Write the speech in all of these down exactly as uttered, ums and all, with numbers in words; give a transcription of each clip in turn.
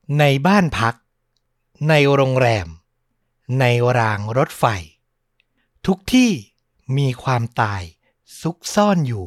ในบ้านพักในโรงแรมในรางรถไฟทุกที่มีความตายซุกซ่อนอยู่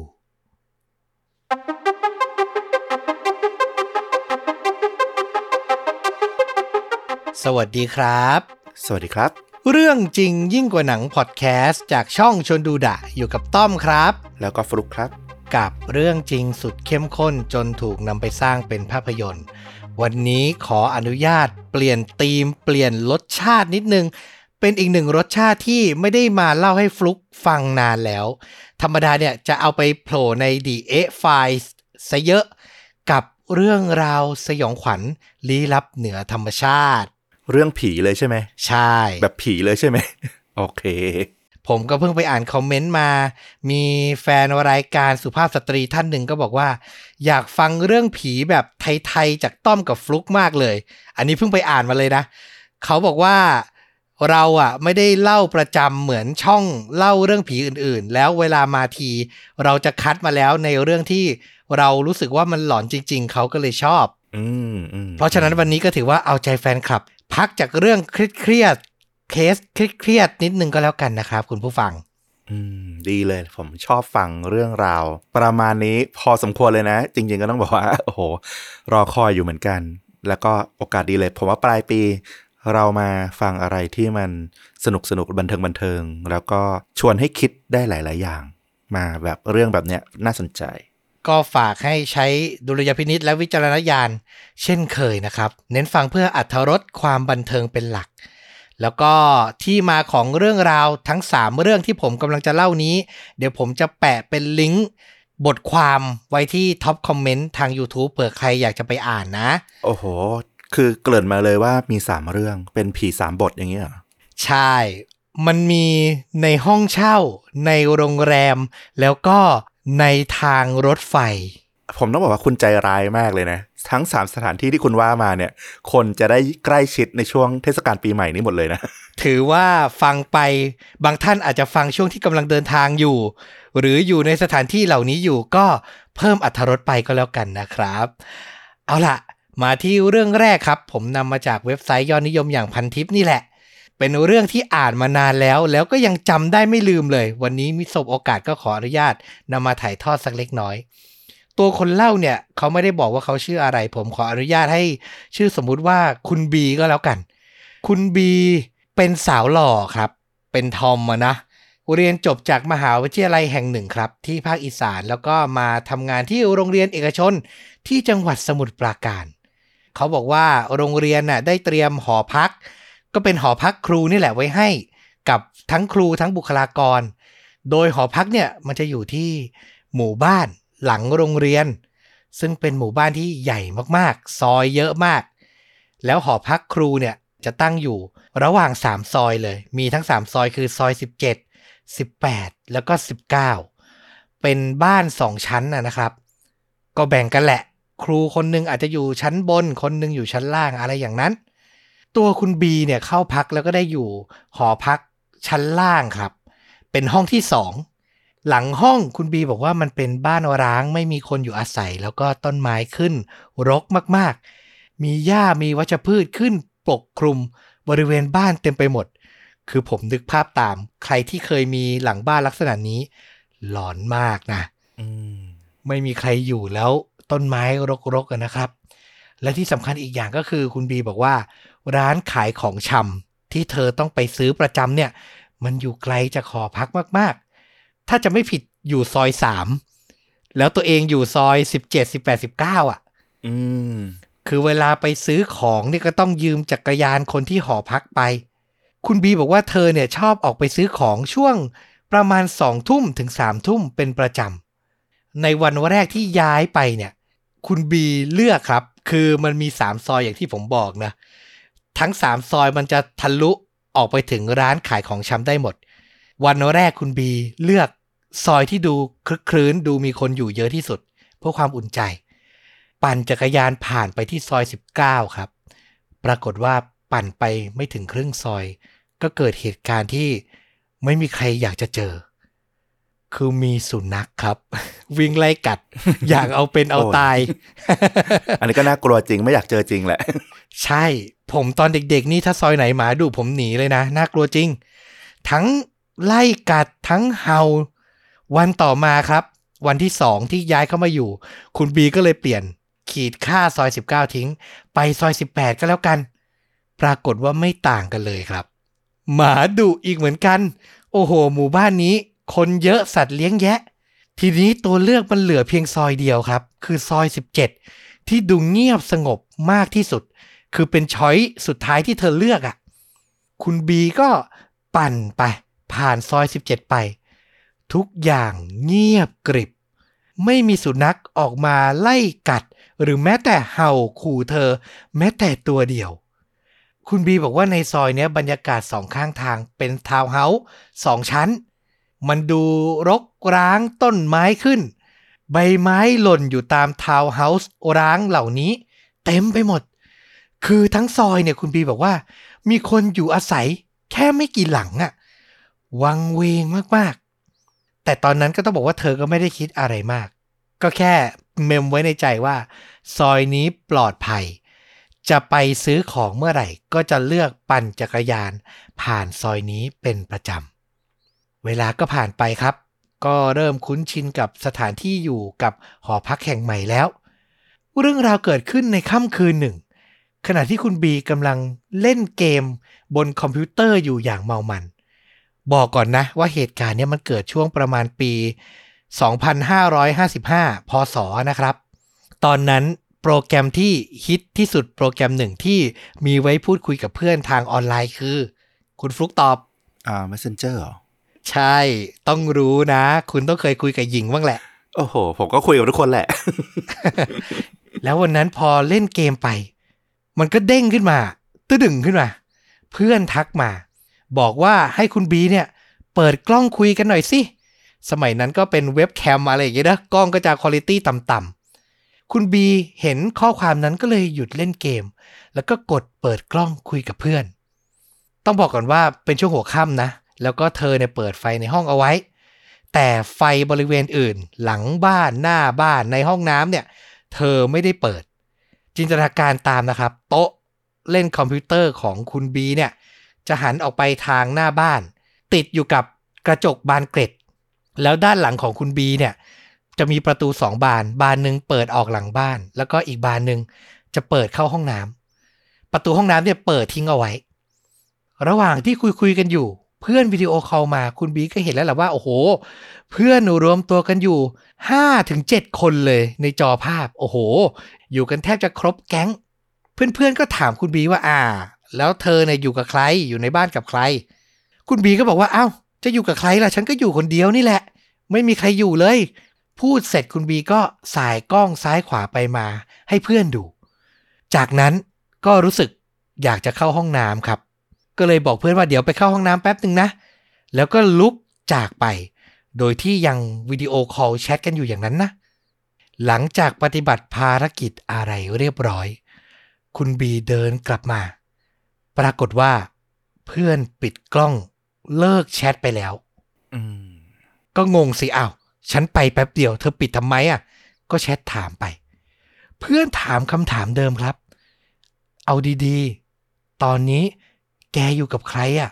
สวัสดีครับสวัสดีครับเรื่องจริงยิ่งกว่าหนังพอดแคสต์จากช่องชวนดูดะอยู่กับต้อมครับแล้วก็ฟลุกครับกับเรื่องจริงสุดเข้มข้นจนถูกนำไปสร้างเป็นภาพยนตร์วันนี้ขออนุญาตเปลี่ยนธีมเปลี่ยนรสชาตินิดนึงเป็นอีกหนึ่งรสชาติที่ไม่ได้มาเล่าให้ฟลุกฟังนานแล้วธรรมดาเนี่ยจะเอาไปโผล่ใน The X-Files ซะเยอะกับเรื่องราวสยองขวัญลี้ลับเหนือธรรมชาติเรื่องผีเลยใช่ไหมใช่แบบผีเลยใช่ไหม โอเคผมก็เพิ่งไปอ่านคอมเมนต์มามีแฟนรายการสุภาพสตรีท่านหนึ่งก็บอกว่าอยากฟังเรื่องผีแบบไทยๆจากต้อมกับฟลุกมากเลยอันนี้เพิ่งไปอ่านมาเลยนะเขาบอกว่าเราอ่ะไม่ได้เล่าประจำเหมือนช่องเล่าเรื่องผีอื่นๆแล้วเวลามาทีเราจะคัดมาแล้วในเรื่องที่เรารู้สึกว่ามันหลอนจริงๆเขาก็เลยชอบอืมอืมเพราะฉะนั้นวันนี้ก็ถือว่าเอาใจแฟนคลับพักจากเรื่องเครียดเคสเครียดๆนิดนึงก็แล้วกันนะครับคุณผู้ฟังอืมดีเลยผมชอบฟังเรื่องราวประมาณนี้พอสมควรเลยนะจริงๆก็ต้องบอกว่าโอ้โหรอคอยอยู่เหมือนกันแล้วก็โอกาสดีเลยผมว่าปลายปีเรามาฟังอะไรที่มันสนุกสนุกบันเทิงบันเทิงแล้วก็ชวนให้คิดได้หลายๆอย่างมาแบบเรื่องแบบเนี้ยน่าสนใจก็ฝากให้ใช้ดุลยพินิจและวิจารณญาณเช่นเคยนะครับเน้นฟังเพื่ออรรถรสความบันเทิงเป็นหลักแล้วก็ที่มาของเรื่องราวทั้งสามเรื่องที่ผมกำลังจะเล่านี้เดี๋ยวผมจะแปะเป็นลิงก์บทความไว้ที่ท็อปคอมเมนต์ทาง YouTube เผื่อใครอยากจะไปอ่านนะโอ้โหคือเกริ่นมาเลยว่ามีสามเรื่องเป็นผีสามบทอย่างเงี้ยใช่มันมีในห้องเช่าในโรงแรมแล้วก็ในทางรถไฟผมต้องบอกว่าคุณใจร้ายมากเลยนะทั้งสามสถานที่ที่คุณว่ามาเนี่ยคนจะได้ใกล้ชิดในช่วงเทศกาลปีใหม่นี้หมดเลยนะถือว่าฟังไปบางท่านอาจจะฟังช่วงที่กำลังเดินทางอยู่หรืออยู่ในสถานที่เหล่านี้อยู่ก็เพิ่มอรรถรสไปก็แล้วกันนะครับเอาล่ะมาที่เรื่องแรกครับผมนำมาจากเว็บไซต์ยอดนิยมอย่างพันทิปนี่แหละเป็นเรื่องที่อ่านมานานแล้วแล้วก็ยังจำได้ไม่ลืมเลยวันนี้มีสบโอกาสก็ขออนุญาตนำมาถ่ายทอดสักเล็กน้อยตัวคนเล่าเนี่ยเขาไม่ได้บอกว่าเขาชื่ออะไรผมขออนุญาตให้ชื่อสมมุติว่าคุณบีก็แล้วกันคุณบีเป็นสาวหล่อครับเป็นทอมอะนะเรียนจบจากมหาวิทยาลัยแห่งหนึ่งครับที่ภาคอีสานแล้วก็มาทำงานที่โรงเรียนเอกชนที่จังหวัดสมุทรปราการเขาบอกว่าโรงเรียนน่ะได้เตรียมหอพักก็เป็นหอพักครูนี่แหละไว้ให้กับทั้งครูทั้งบุคลากรโดยหอพักเนี่ยมันจะอยู่ที่หมู่บ้านหลังโรงเรียนซึ่งเป็นหมู่บ้านที่ใหญ่มากๆซอยเยอะมากแล้วหอพักครูเนี่ยจะตั้งอยู่ระหว่างสามซอยเลยมีทั้งสามซอยคือซอยสิบเจ็ด สิบแปดแล้วก็สิบเก้าเป็นบ้านสองชั้นน่ะนะครับก็แบ่งกันแหละครูคนนึงอาจจะอยู่ชั้นบนคนนึงอยู่ชั้นล่างอะไรอย่างนั้นตัวคุณบีเนี่ยเข้าพักแล้วก็ได้อยู่หอพักชั้นล่างครับเป็นห้องที่สองหลังห้องคุณบีบอกว่ามันเป็นบ้านร้างไม่มีคนอยู่อาศัยแล้วก็ต้นไม้ขึ้นรกมากๆมีหญ้ามีวัชพืชขึ้นปกคลุมบริเวณบ้านเต็มไปหมดคือผมนึกภาพตามใครที่เคยมีหลังบ้านลักษณะนี้หลอนมากนะไม่มีใครอยู่แล้วต้นไม้รกๆกันนะครับและที่สำคัญอีกอย่างก็คือคุณบีบอกว่าร้านขายของชำที่เธอต้องไปซื้อประจำเนี่ยมันอยู่ไกลจากหอพักมากๆถ้าจะไม่ผิดอยู่ซอยสามแล้วตัวเองอยู่ซอยสิบเจ็ด สิบแปด สิบเก้าอ่ะอืมคือเวลาไปซื้อของนี่ก็ต้องยืมจักรยานคนที่หอพักไปคุณบีบอกว่าเธอเนี่ยชอบออกไปซื้อของช่วงประมาณสองทุ่มถึงสามทุ่มเป็นประจำในวันแรกที่ย้ายไปเนี่ยคุณบีเลือกครับคือมันมีสามซอยอย่างที่ผมบอกนะทั้งสามซอยมันจะทะลุออกไปถึงร้านขายของชำได้หมดวันแรกคุณบีเลือกซอยที่ดูคลึกครื้นดูมีคนอยู่เยอะที่สุดเพื่อความอุ่นใจปั่นจักรยานผ่านไปที่ซอยสิบเก้าครับปรากฏว่าปั่นไปไม่ถึงครึ่งซอยก็เกิดเหตุการณ์ที่ไม่มีใครอยากจะเจอคือมีสุนัขครับ วิ่งไล่กัด อยากเอาเป็นเอาตายอันนี้ก็น่ากลัวจริงไม่อยากเจอจริงแหละใช่ผมตอนเด็กๆนี่ถ้าซอยไหนหมาดุผมหนีเลยนะน่ากลัวจริงทั้งไล่กัดทั้งเห่าวันต่อมาครับวันที่สองที่ย้ายเข้ามาอยู่คุณบีก็เลยเปลี่ยนขีดค่าซอยสิบเก้าทิ้งไปซอยสิบแปดก็แล้วกันปรากฏว่าไม่ต่างกันเลยครับหมาดุอีกเหมือนกันโอ้โหหมู่บ้านนี้คนเยอะสัตว์เลี้ยงแยะทีนี้ตัวเลือกมันเหลือเพียงซอยเดียวครับคือซอยสิบเจ็ดที่ดูเงียบสงบมากที่สุดคือเป็นช้อยสุดท้ายที่เธอเลือกอ่ะคุณบีก็ปั่นไปผ่านซอยสิบเจ็ดไปทุกอย่างเงียบกริบไม่มีสุนัขออกมาไล่กัดหรือแม้แต่เห่าขู่เธอแม้แต่ตัวเดียวคุณบีบอกว่าในซอยเนี้ยบรรยากาศสองข้างทางเป็นทาวน์เฮาส์สองชั้นมันดูรกร้างต้นไม้ขึ้นใบไม้หล่นอยู่ตามทาวน์เฮาส์ร้างเหล่านี้เต็มไปหมดคือทั้งซอยเนี่ยคุณบีบอกว่ามีคนอยู่อาศัยแค่ไม่กี่หลังอะวังเวงมากๆแต่ตอนนั้นก็ต้องบอกว่าเธอก็ไม่ได้คิดอะไรมากก็แค่เมมไว้ในใจว่าซอยนี้ปลอดภัยจะไปซื้อของเมื่อไหร่ก็จะเลือกปั่นจักรยานผ่านซอยนี้เป็นประจำเวลาก็ผ่านไปครับก็เริ่มคุ้นชินกับสถานที่อยู่กับหอพักแห่งใหม่แล้วเรื่องราวเกิดขึ้นในค่ำคืนหนึ่งขณะที่คุณบีกำลังเล่นเกมบนคอมพิวเตอร์อยู่อย่างเมามันบอกก่อนนะว่าเหตุการณ์นี้มันเกิดช่วงประมาณปีสองพันห้าร้อยห้าสิบห้าพศนะครับตอนนั้นโปรแกรมที่ฮิตที่สุดโปรแกรมหนึ่งที่มีไว้พูดคุยกับเพื่อนทางออนไลน์คือคุณฟลุกตอบอ่า Messenger เหรอใช่ต้องรู้นะคุณต้องเคยคุยกับหญิงบ้างแหละโอ้โหผมก็คุยกับทุกคนแหละแล้ววันนั้นพอเล่นเกมไปมันก็เด้งขึ้นมาตึ้ดึงขึ้นมาเพื่อนทักมาบอกว่าให้คุณบีเนี่ยเปิดกล้องคุยกันหน่อยสิสมัยนั้นก็เป็นเว็บแคมอะไรอย่างเงี้ยนะกล้องก็จะควอลิตี้ต่ำๆคุณบีเห็นข้อความนั้นก็เลยหยุดเล่นเกมแล้วก็กดเปิดกล้องคุยกับเพื่อนต้องบอกก่อนว่าเป็นช่วงหัวค่ำนะแล้วก็เธอเนี่ยเปิดไฟในห้องเอาไว้แต่ไฟบริเวณอื่นหลังบ้านหน้าบ้านในห้องน้ำเนี่ยเธอไม่ได้เปิดจินตนาการตามนะครับโต๊ะเล่นคอมพิวเตอร์ของคุณบีเนี่ยจะหันออกไปทางหน้าบ้านติดอยู่กับกระจกบานเกล็ดแล้วด้านหลังของคุณบีเนี่ยจะมีประตูสองบานบานหนึ่งเปิดออกหลังบ้านแล้วก็อีกบานหนึ่งจะเปิดเข้าห้องน้ำประตูห้องน้ำเนี่ยเปิดทิ้งเอาไว้ระหว่างที่คุยคุยกันอยู่เพื่อนวิดีโอคอลมาคุณบีก็เห็นแล้วแหละว่าโอ้โหเพื่อนรวมตัวกันอยู่ ห้าถึงเจ็ด คนเลยในจอภาพโอ้โหอยู่กันแทบจะครบแก๊งเพื่อนๆก็ถามคุณบีว่าอ่าแล้วเธอเนี่ยอยู่กับใครอยู่ในบ้านกับใครคุณบีก็บอกว่าอ้าวจะอยู่กับใครล่ะฉันก็อยู่คนเดียวนี่แหละไม่มีใครอยู่เลยพูดเสร็จคุณบีก็สายกล้องซ้ายขวาไปมาให้เพื่อนดูจากนั้นก็รู้สึกอยากจะเข้าห้องน้ำครับก็เลยบอกเพื่อนว่าเดี๋ยวไปเข้าห้องน้ำแป๊บนึงนะแล้วก็ลุกจากไปโดยที่ยังวิดีโอคอลแชทกันอยู่อย่างนั้นนะหลังจากปฏิบัติภารกิจอะไรเรียบร้อยคุณบีเดินกลับมาปรากฏว่าเพื่อนปิดกล้องเลิกแชทไปแล้วก็งงสิอ้าวฉันไปแป๊บเดียวเธอปิดทำไมอ่ะก็แชทถามไปเพื่อนถามคำถามเดิมครับเอาดีๆตอนนี้แกอยู่กับใครอ่ะ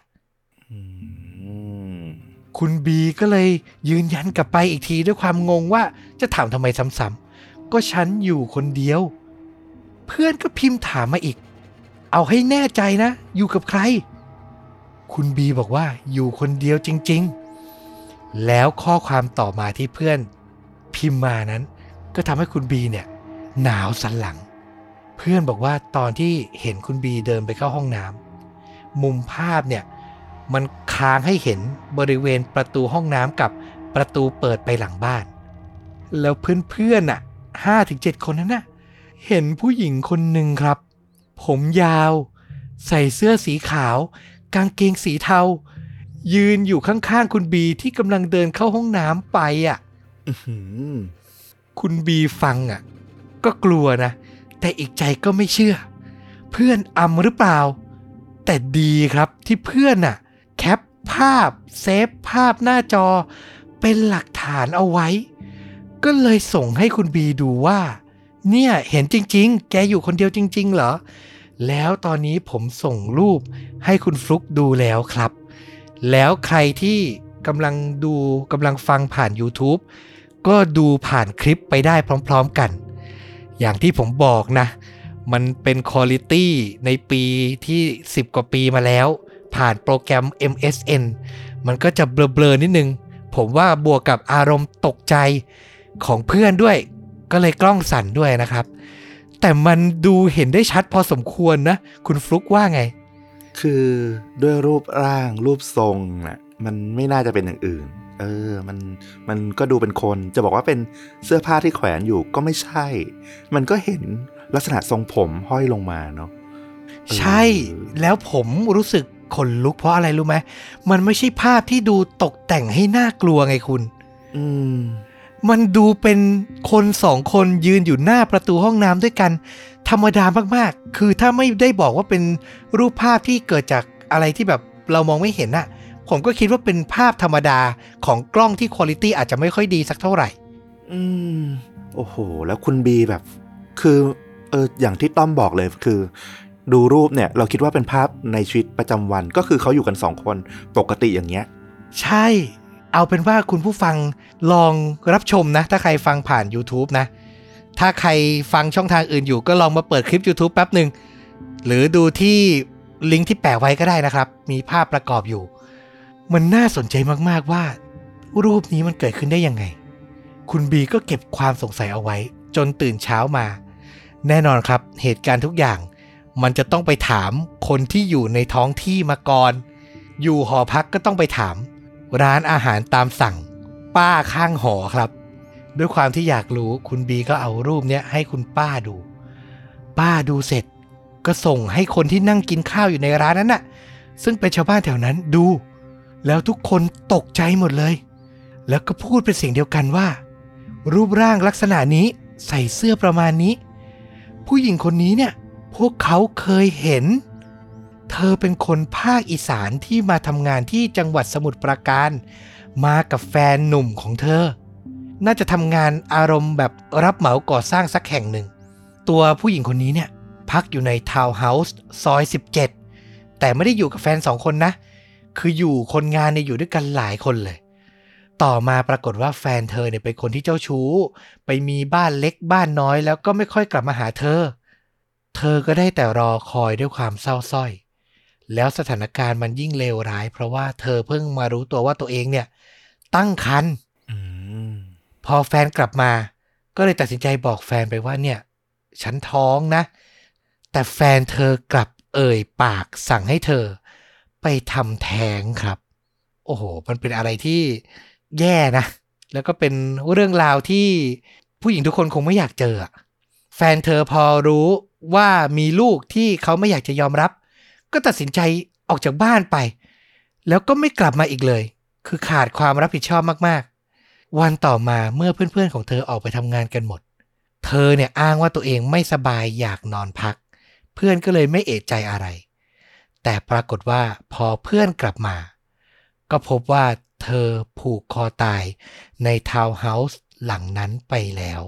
คุณบีก็เลยยืนยันกลับไปอีกทีด้วยความงงว่าจะถามทำไมซ้ำๆก็ฉันอยู่คนเดียวเพื่อนก็พิมพ์ถามมาอีกเอาให้แน่ใจนะอยู่กับใครคุณบีบอกว่าอยู่คนเดียวจริงๆแล้วข้อความต่อมาที่เพื่อนพิมพ์มานั้นก็ทำให้คุณบีเนี่ยหนาวสันหลังเพื่อนบอกว่าตอนที่เห็นคุณบีเดินไปเข้าห้องน้ำมุมภาพเนี่ยมันค้างให้เห็นบริเวณประตูห้องน้ำกับประตูเปิดไปหลังบ้านแล้วเพื่อนๆน่ะ ห้าถึงเจ็ด คนนั้นน่ะเห็นผู้หญิงคนหนึ่งครับผมยาวใส่เสื้อสีขาวกางเกงสีเทายืนอยู่ข้างๆคุณบีที่กำลังเดินเข้าห้องน้ำไปอ่ะ คุณบีฟังอ่ะก็กลัวนะแต่อีกใจก็ไม่เชื่อเพื่อนอำหรือเปล่าแต่ดีครับที่เพื่อนน่ะแคปภาพเซฟภาพหน้าจอไปเป็นหลักฐานเอาไว้ก็เลยส่งให้คุณบีดูว่าเนี่ยเห็นจริงๆแกอยู่คนเดียวจริงๆเหรอแล้วตอนนี้ผมส่งรูปให้คุณฟลุ๊กดูแล้วครับแล้วใครที่กำลังดูกำลังฟังผ่าน YouTube ก็ดูผ่านคลิปไปได้พร้อมๆกันอย่างที่ผมบอกนะมันเป็นควอลิตี้ในปีที่สิบกว่าปีมาแล้วผ่านโปรแกรม เอ็ม เอส เอ็น มันก็จะเบลอๆนิดนึงผมว่าบวกกับอารมณ์ตกใจของเพื่อนด้วยก็เลยกล้องสั่นด้วยนะครับแต่มันดูเห็นได้ชัดพอสมควรนะคุณฟลุ๊กว่าไงคือด้วยรูปร่างรูปทรงน่ะมันไม่น่าจะเป็นอย่างอื่นเออมันมันก็ดูเป็นคนจะบอกว่าเป็นเสื้อผ้าที่แขวนอยู่ก็ไม่ใช่มันก็เห็นลักษณะทรงผมห้อยลงมาเนาะใช่แล้วผมรู้สึกขนลุกเพราะอะไรรู้ไหมมันไม่ใช่ภาพที่ดูตกแต่งให้น่ากลัวไงคุณอืมมันดูเป็นคนสองคนยืนอยู่หน้าประตูห้องน้ำด้วยกันธรรมดามากๆคือถ้าไม่ได้บอกว่าเป็นรูปภาพที่เกิดจากอะไรที่แบบเรามองไม่เห็นน่ะผมก็คิดว่าเป็นภาพธรรมดาของกล้องที่ควอลิตี้อาจจะไม่ค่อยดีสักเท่าไหร่อืมโอ้โหแล้วคุณบีแบบคือเอออย่างที่ต้อมบอกเลยคือดูรูปเนี่ยเราคิดว่าเป็นภาพในชีวิตประจำวันก็คือเขาอยู่กันสองคนปกติอย่างเงี้ยใช่เอาเป็นว่าคุณผู้ฟังลองรับชมนะถ้าใครฟังผ่าน YouTube นะถ้าใครฟังช่องทางอื่นอยู่ก็ลองมาเปิดคลิป YouTube แป๊บหนึ่งหรือดูที่ลิงก์ที่แปะไว้ก็ได้นะครับมีภาพประกอบอยู่มันน่าสนใจมากๆว่ารูปนี้มันเกิดขึ้นได้ยังไงคุณบีก็เก็บความสงสัยเอาไว้จนตื่นเช้ามาแน่นอนครับเหตุการณ์ทุกอย่างมันจะต้องไปถามคนที่อยู่ในท้องที่มาก่อนอยู่หอพักก็ต้องไปถามร้านอาหารตามสั่งป้าข้างหอครับด้วยความที่อยากรู้คุณบีก็เอารูปเนี้ยให้คุณป้าดูป้าดูเสร็จก็ส่งให้คนที่นั่งกินข้าวอยู่ในร้านนั้นน่ะซึ่งเป็นชาวบ้านแถวนั้นดูแล้วทุกคนตกใจหมดเลยแล้วก็พูดเป็นเสียงเดียวกันว่ารูปร่างลักษณะนี้ใส่เสื้อประมาณนี้ผู้หญิงคนนี้เนี่ยพวกเขาเคยเห็นเธอเป็นคนภาคอีสานที่มาทำงานที่จังหวัดสมุทรปราการมากับแฟนหนุ่มของเธอน่าจะทำงานอารมณ์แบบรับเหมาก่อสร้างสักแห่งหนึ่งตัวผู้หญิงคนนี้เนี่ยพักอยู่ในทาวน์เฮาส์ซอยสิบเจ็ดแต่ไม่ได้อยู่กับแฟนสองคนนะคืออยู่คนงานเนี่ยอยู่ด้วยกันหลายคนเลยต่อมาปรากฏว่าแฟนเธอเนี่ยเป็นคนที่เจ้าชู้ไปมีบ้านเล็กบ้านน้อยแล้วก็ไม่ค่อยกลับมาหาเธอเธอก็ได้แต่รอคอยด้วยความเศร้าส้อยแล้วสถานการณ์มันยิ่งเลวร้ายเพราะว่าเธอเพิ่งมารู้ตัวว่าตัวเองเนี่ยตั้งครรภ์พอแฟนกลับมาก็เลยตัดสินใจบอกแฟนไปว่าเนี่ยฉันท้องนะแต่แฟนเธอกลับเอ่ยปากสั่งให้เธอไปทำแท้งครับโอ้โหมันเป็นอะไรที่แย่นะแล้วก็เป็นเรื่องราวที่ผู้หญิงทุกคนคงไม่อยากเจอแฟนเธอพอรู้ว่ามีลูกที่เขาไม่อยากจะยอมรับก็ตัดสินใจออกจากบ้านไปแล้วก็ไม่กลับมาอีกเลยคือขาดความรับผิดชอบมากๆวันต่อมาเมื่อเพื่อนๆของเธอออกไปทำงานกันหมดเธอเนี่ยอ้างว่าตัวเองไม่สบายอยากนอนพักเพื่อนก็เลยไม่เอะใจอะไรแต่ปรากฏว่าพอเพื่อนกลับมาก็พบว่าเธอผูกคอตายในทาวน์เฮาส์หลังนั้นไปแล้ว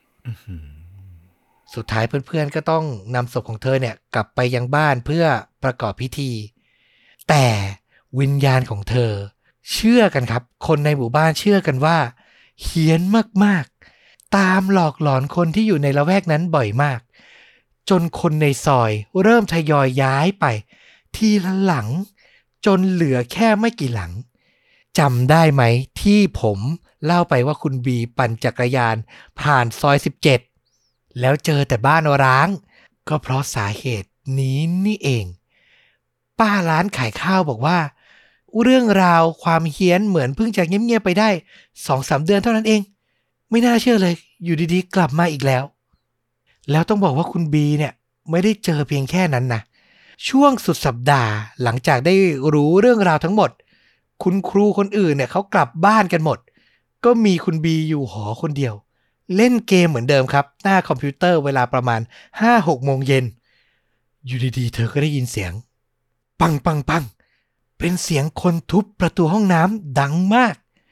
สุดท้ายเพื่อนๆก็ต้องนำศพของเธอเนี่ยกลับไปยังบ้านเพื่อประกอบพิธีแต่วิญญาณของเธอเชื่อกันครับคนในหมู่บ้านเชื่อกันว่าเฮี้ยนมากๆตามหลอกหลอนคนที่อยู่ในละแวกนั้นบ่อยมากจนคนในซอยเริ่มทยอยย้ายไปทีละหลังจนเหลือแค่ไม่กี่หลังจำได้ไหมที่ผมเล่าไปว่าคุณบีปั่นจักรยานผ่านซอยสิบเจ็ดแล้วเจอแต่บ้านร้างก็เพราะสาเหตุนี้นี่เองป้าร้านขายข้าวบอกว่าเรื่องราวความเฮี้ยนเหมือนเพิ่งจะเงียบๆไปได้ สองถึงสาม เดือนเท่านั้นเองไม่น่าเชื่อเลยอยู่ดีๆกลับมาอีกแล้วแล้วต้องบอกว่าคุณบีเนี่ยไม่ได้เจอเพียงแค่นั้นนะช่วงสุดสัปดาห์หลังจากได้รู้เรื่องราวทั้งหมดคุณครูคนอื่นเนี่ยเขากลับบ้านกันหมดก็มีคุณบีอยู่หอคนเดียวเล่นเกมเหมือนเดิมครับหน้าคอมพิวเตอร์เวลาประมาณ ห้าหก โมงเย็นอยู่ดีๆเธอก็ได้ยินเสียงปังปังปังเป็นเสียงคนทุบประตูห้องน้ำดังมาก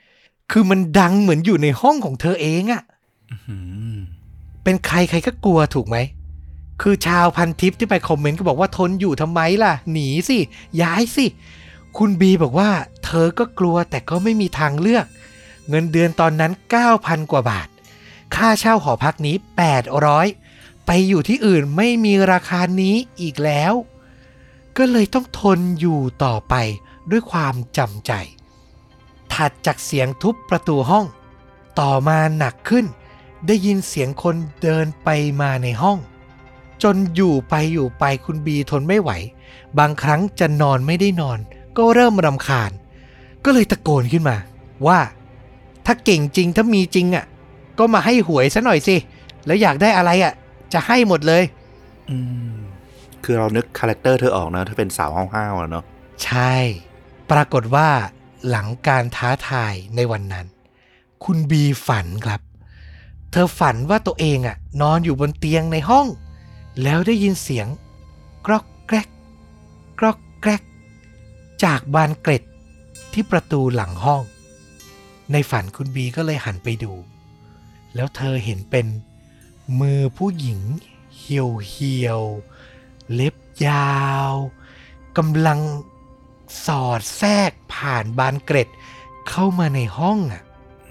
คือมันดังเหมือนอยู่ในห้องของเธอเองอะเป็นใครใครก็กลัวถูกไหมคือชาวพันทิปที่ไปคอมเมนต์ก็บอกว่าทนอยู่ทำไมล่ะหนีสิย้ายสิคุณบีบอกว่าเธอก็กลัวแต่ก็ไม่มีทางเลือกเงินเดือนตอนนั้น เก้าพัน กว่าบาทค่าเช่าหอพักนี้แปดร้อยไปอยู่ที่อื่นไม่มีราคานี้อีกแล้วก็เลยต้องทนอยู่ต่อไปด้วยความจำใจถัดจากเสียงทุบประตูห้องต่อมาหนักขึ้นได้ยินเสียงคนเดินไปมาในห้องจนอยู่ไปอยู่ไปคุณบีทนไม่ไหวบางครั้งจะนอนไม่ได้นอนก็เริ่มรำคาญก็เลยตะโกนขึ้นมาว่าถ้าเก่งจริงถ้ามีจริงอ่ะก็มาให้หวยซะหน่อยสิแล้วอยากได้อะไรอ่ะจะให้หมดเลยอืมคือเรานึกคาแรคเตอร์เธอออกนะถ้าเป็นสาวห้าวๆเนาะใช่ปรากฏว่าหลังการท้าทายในวันนั้นคุณบีฝันครับเธอฝันว่าตัวเองอ่ะนอนอยู่บนเตียงในห้องแล้วได้ยินเสียงกรอกแกรกกรอกแกรกจากบานเกล็ดที่ประตูหลังห้องในฝันคุณบีก็เลยหันไปดูแล้วเธอเห็นเป็นมือผู้หญิงเหี่ยวเหี่ยวเล็บยาวกำลังสอดแทรกผ่านบานเกล็ดเข้ามาในห้องอ่ะ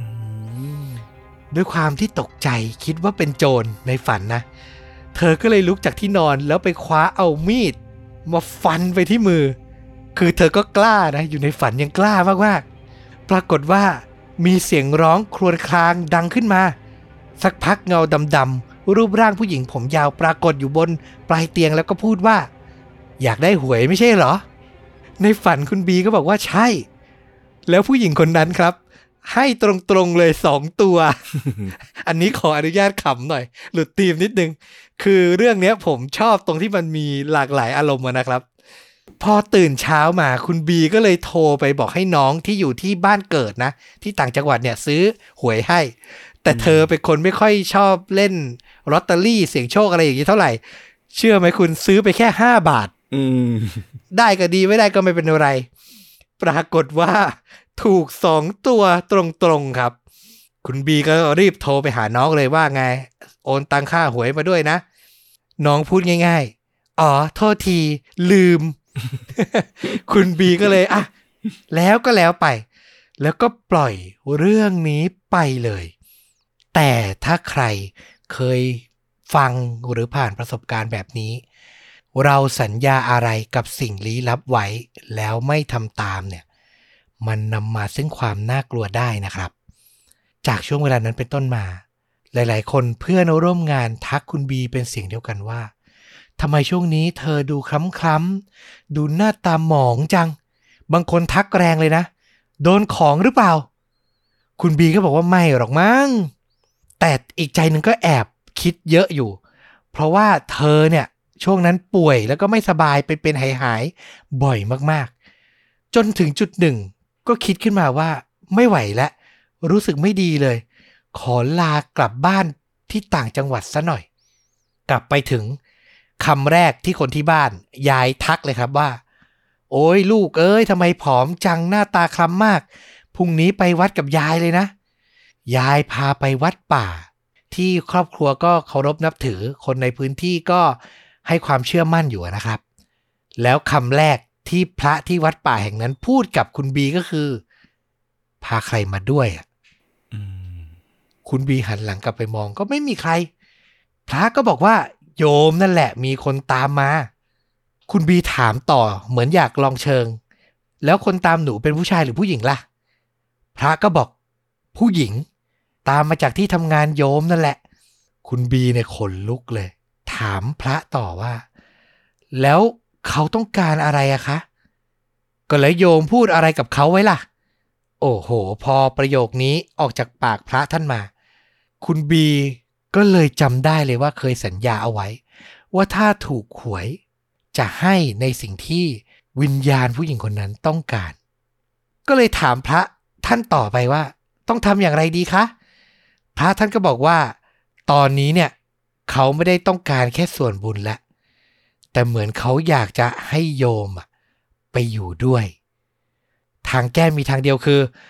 ด้วยความที่ตกใจคิดว่าเป็นโจรในฝันนะเธอก็เลยลุกจากที่นอนแล้วไปคว้าเอามีดมาฟันไปที่มือคือเธอก็กล้านะอยู่ในฝันยังกล้ามากๆปรากฏว่ามีเสียงร้องครวญครางดังขึ้นมาสักพักเงาดำๆรูปร่างผู้หญิงผมยาวปรากฏอยู่บนปลายเตียงแล้วก็พูดว่าอยากได้หวยไม่ใช่เหรอในฝันคุณบีก็บอกว่าใช่แล้วผู้หญิงคนนั้นครับให้ตรงๆเลยสองตัว อันนี้ขออนุญาตขำหน่อยหลุดธีมนิดนึงคือเรื่องนี้ผมชอบตรงที่มันมีหลากหลายอารมณ์นะครับพอตื่นเช้ามาคุณบีก็เลยโทรไปบอกให้น้องที่อยู่ที่บ้านเกิดนะที่ต่างจังหวัดเนี่ยซื้อหวยให้แต่เธอเป็นคนไม่ค่อยชอบเล่นลอตเตอรี่เสี่ยงโชคอะไรอย่างนี้เท่าไหร่เชื่อไหมคุณซื้อไปแค่ห้าบาทได้ก็ดีไม่ได้ก็ไม่เป็นไรปรากฏว่าถูกสองตัวตรงๆครับคุณบีก็รีบโทรไปหาน้องเลยว่าไงโอนตังค่าหวยมาด้วยนะน้องพูดง่ายๆอ๋อโทษทีลืม คุณบีก็เลยอ่ะแล้วก็แล้วไปแล้วก็ปล่อยเรื่องนี้ไปเลยแต่ถ้าใครเคยฟังหรือผ่านประสบการณ์แบบนี้เราสัญญาอะไรกับสิ่งลี้ลับไว้แล้วไม่ทำตามเนี่ยมันนำมาซึ่งความน่ากลัวได้นะครับจากช่วงเวลานั้นเป็นต้นมาหลายๆคนเพื่อนร่วมงานทักคุณบีเป็นเสียงเดียวกันว่าทำไมช่วงนี้เธอดูคล้ำๆดูหน้าตาหมองจังบางคนทักแรงเลยนะโดนของหรือเปล่าคุณบีก็บอกว่าไม่หรอกมั้งแต่อีกใจหนึ่งก็แอบคิดเยอะอยู่เพราะว่าเธอเนี่ยช่วงนั้นป่วยแล้วก็ไม่สบายเป็นเป็นหายหายบ่อยมากๆจนถึงจุดหนึ่งก็คิดขึ้นมาว่าไม่ไหวแล้วรู้สึกไม่ดีเลยขอลากลับบ้านที่ต่างจังหวัดซะหน่อยกลับไปถึงคำแรกที่คนที่บ้านยายทักเลยครับว่าโอ้ยลูกเอ้ยทำไมผอมจังหน้าตาคล้ำมากพรุ่งนี้ไปวัดกับยายเลยนะยายพาไปวัดป่าที่ครอบครัวก็เคารพนับถือคนในพื้นที่ก็ให้ความเชื่อมั่นอยู่นะครับแล้วคำแรกที่พระที่วัดป่าแห่งนั้นพูดกับคุณบีก็คือพาใครมาด้วยอ่ะคุณบีหันหลังกลับไปมองก็ไม่มีใครพระก็บอกว่าโยมนั่นแหละมีคนตามมาคุณบีถามต่อเหมือนอยากลองเชิงแล้วคนตามหนูเป็นผู้ชายหรือผู้หญิงล่ะพระก็บอกผู้หญิงตามมาจากที่ทำงานโยมนั่นแหละคุณบีเนี่ยขนลุกเลยถามพระต่อว่าแล้วเขาต้องการอะไรอะคะก็เลยโยมพูดอะไรกับเขาไว้ล่ะโอ้โหพอประโยคนี้ออกจากปากพระท่านมาคุณบีก็เลยจำได้เลยว่าเคยสัญญาเอาไว้ว่าถ้าถูกหวยจะให้ในสิ่งที่วิญญาณผู้หญิงคนนั้นต้องการก็เลยถามพระท่านต่อไปว่าต้องทำอย่างไรดีคะพระท่านก็บอกว่าตอนนี้เนี่ยเขาไม่ได้ต้องการแค่ส่วนบุญแล้วแต่เหมือนเขาอยากจะให้โยมไปอยู่ด้วยทางแก้มีทางเดียวคือ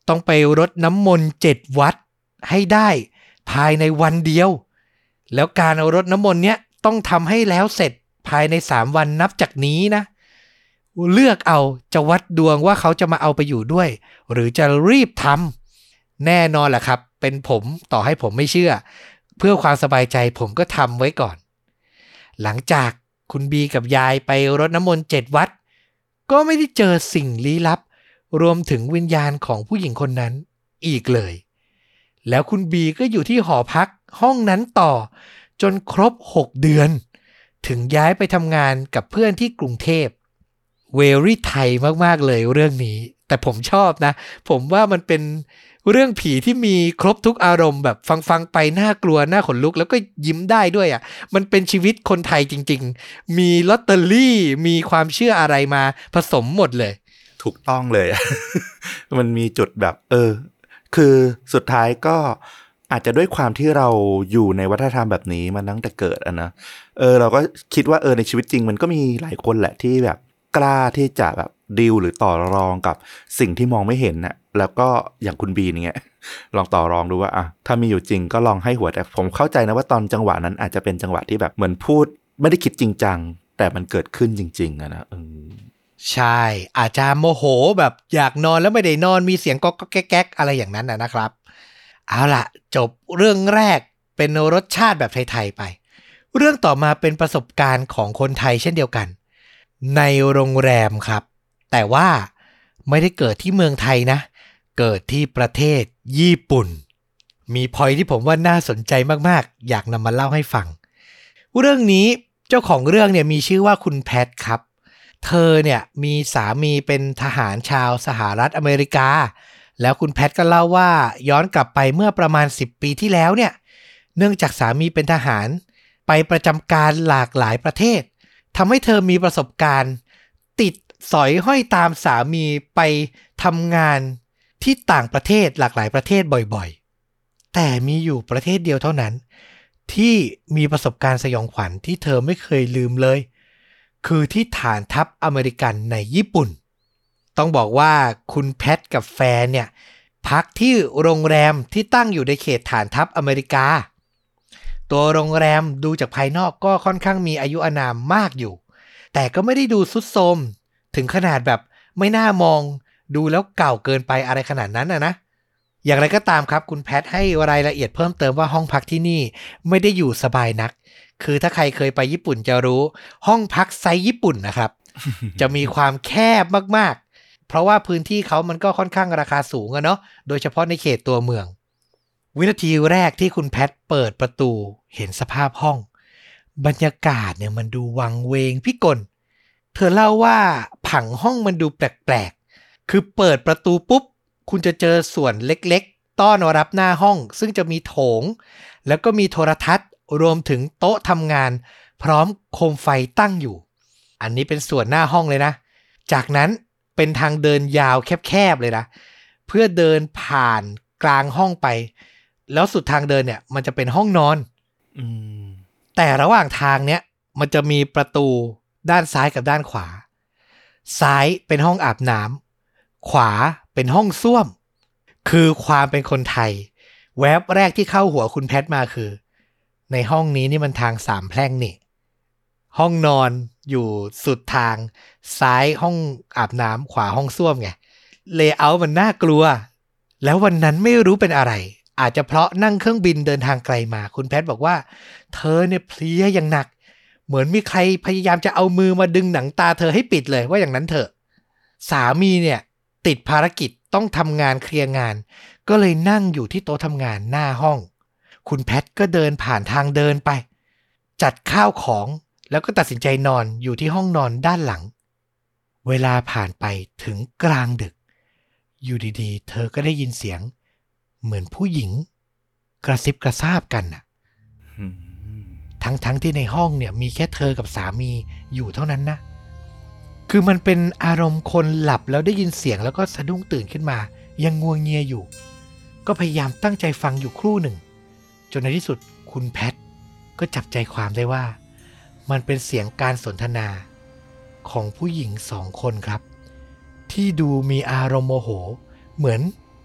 ต้องไปรดน้ำมนต์เจ็ดวัดให้ได้ภายในวันเดียวแล้วการรดน้ำมนต์เนี้ยต้องทำให้แล้วเสร็จภายในสามวันนับจากนี้นะเลือกเอาจะวัดดวงว่าเขาจะมาเอาไปอยู่ด้วยหรือจะรีบทำแน่นอนแหละครับเป็นผมต่อให้ผมไม่เชื่อเพื่อความสบายใจผมก็ทำไว้ก่อนหลังจากคุณบีกับยายไปรดน้ำมนต์เจ็ดวัดก็ไม่ได้เจอสิ่งลี้ลับรวมถึงวิญญาณของผู้หญิงคนนั้นอีกเลยแล้วคุณบีก็อยู่ที่หอพักห้องนั้นต่อจนครบหกเดือนถึงย้ายไปทำงานกับเพื่อนที่กรุงเทพเวรี่ไทยมากๆเลยเรื่องนี้แต่ผมชอบนะผมว่ามันเป็นเรื่องผีที่มีครบทุกอารมณ์แบบฟังๆไปน่ากลัวน่าขนลุกแล้วก็ยิ้มได้ด้วยอ่ะมันเป็นชีวิตคนไทยจริงๆมีลอตเตอรี่มีความเชื่ออะไรมาผสมหมดเลยถูกต้องเลย มันมีจุดแบบเออคือสุดท้ายก็อาจจะด้วยความที่เราอยู่ในวัฒนธรรมแบบนี้มาตั้งแต่เกิดอะนะเออเราก็คิดว่าเออในชีวิตจริงมันก็มีหลายคนแหละที่แบบกล้าที่จะแบบดีลหรือต่อรองกับสิ่งที่มองไม่เห็นนะแล้วก็อย่างคุณบีเนี่ย ลองต่อรองดูว่าอ่ะถ้ามีอยู่จริงก็ลองให้หัวแต่ผมเข้าใจนะว่าตอนจังหวะนั้นอาจจะเป็นจังหวะที่แบบเหมือนพูดไม่ได้คิดจริงจังแต่มันเกิดขึ้นจริงๆอะนะเออใช่อาจจะโมโหแบบอยากนอนแล้วไม่ได้นอนมีเสียงก๊อกแก๊กอะไรอย่างนั้นนะนะครับเอาล่ะจบเรื่องแรกเป็นรสชาติแบบไทยๆไปเรื่องต่อมาเป็นประสบการณ์ของคนไทยเช่นเดียวกันในโรงแรมครับแต่ว่าไม่ได้เกิดที่เมืองไทยนะเกิดที่ประเทศญี่ปุ่นมีพอยที่ผมว่าน่าสนใจมากๆอยากนำมาเล่าให้ฟังเรื่องนี้เจ้าของเรื่องเนี่ยมีชื่อว่าคุณแพทครับเธอเนี่ยมีสามีเป็นทหารชาวสหรัฐอเมริกาแล้วคุณแพทก็เล่าว่าย้อนกลับไปเมื่อประมาณสิบปีที่แล้วเนี่ยเนื่องจากสามีเป็นทหารไปประจำการหลากหลายประเทศทำให้เธอมีประสบการณ์ติดสอยห้อยตามสามีไปทำงานที่ต่างประเทศหลากหลายประเทศบ่อยๆแต่มีอยู่ประเทศเดียวเท่านั้นที่มีประสบการณ์สยองขวัญที่เธอไม่เคยลืมเลยคือที่ฐานทัพอเมริกันในญี่ปุ่นต้องบอกว่าคุณแพทกับแฟนเนี่ยพักที่โรงแรมที่ตั้งอยู่ในเขตฐานทัพอเมริกาตัวโรงแรมดูจากภายนอกก็ค่อนข้างมีอายุอานามมากอยู่แต่ก็ไม่ได้ดูทรุดโทรมถึงขนาดแบบไม่น่ามองดูแล้วเก่าเกินไปอะไรขนาดนั้นนะนะอย่างไรก็ตามครับคุณแพทให้รายละเอียดเพิ่มเติมว่าห้องพักที่นี่ไม่ได้อยู่สบายนักคือถ้าใครเคยไปญี่ปุ่นจะรู้ห้องพักไซส์ญี่ปุ่นนะครับ จะมีความแคบมากๆเพราะว่าพื้นที่เขามันก็ค่อนข้างราคาสูงอะเนาะโดยเฉพาะในเขตตัวเมืองวินาทีแรกที่คุณแพทเปิดประตูเห็นสภาพห้องบรรยากาศเนี่ยมันดูวังเวงพิกลเธอเล่าว่าผังห้องมันดูแปลกๆคือเปิดประตูปุ๊บคุณจะเจอส่วนเล็กๆต้อนรับหน้าห้องซึ่งจะมีโถงแล้วก็มีโทรทัศน์รวมถึงโต๊ะทำงานพร้อมโคมไฟตั้งอยู่อันนี้เป็นส่วนหน้าห้องเลยนะจากนั้นเป็นทางเดินยาวแคบๆเลยนะเพื่อเดินผ่านกลางห้องไปแล้วสุดทางเดินเนี่ยมันจะเป็นห้องนอนอืมแต่ระหว่างทางเนี้ยมันจะมีประตูด้านซ้ายกับด้านขวาซ้ายเป็นห้องอาบน้ำขวาเป็นห้องส้วมคือความเป็นคนไทยแวบแรกที่เข้าหัวคุณแพทมาคือในห้องนี้นี่มันทางสามแพร่งนี่ห้องนอนอยู่สุดทางซ้ายห้องอาบน้ำขวาห้องส้วมไงเลเยอร์มันน่ากลัวแล้ววันนั้นไม่รู้เป็นอะไรอาจจะเพราะนั่งเครื่องบินเดินทางไกลมาคุณแพทบอกว่าเธอเนี่ยเพลียอย่างหนักเหมือนมีใครพยายามจะเอามือมาดึงหนังตาเธอให้ปิดเลยว่าอย่างนั้นเถอะสามีเนี่ยติดภารกิจต้องทำงานเคลียร์งานก็เลยนั่งอยู่ที่โต๊ะทำงานหน้าห้องคุณแพทก็เดินผ่านทางเดินไปจัดข้าวของแล้วก็ตัดสินใจนอนอยู่ที่ห้องนอนด้านหลังเวลาผ่านไปถึงกลางดึกอยู่ดีๆเธอก็ได้ยินเสียงเหมือนผู้หญิงกระซิบกระซาบกันน่ะทั้งๆ ท, ที่ในห้องเนี่ยมีแค่เธอกับสามีอยู่เท่านั้นนะคือมันเป็นอารมณ์คนหลับแล้วได้ยินเสียงแล้วก็สะดุ้งตื่นขึ้นมายังงัวเงียอยู่ก็พยายามตั้งใจฟังอยู่ครู่หนึ่งจนในที่สุดคุณแพทก็จับใจความได้ว่ามันเป็นเสียงการสนทนาของผู้หญิงสองคนครับที่ดูมีอารมณ์โมโหเหมือน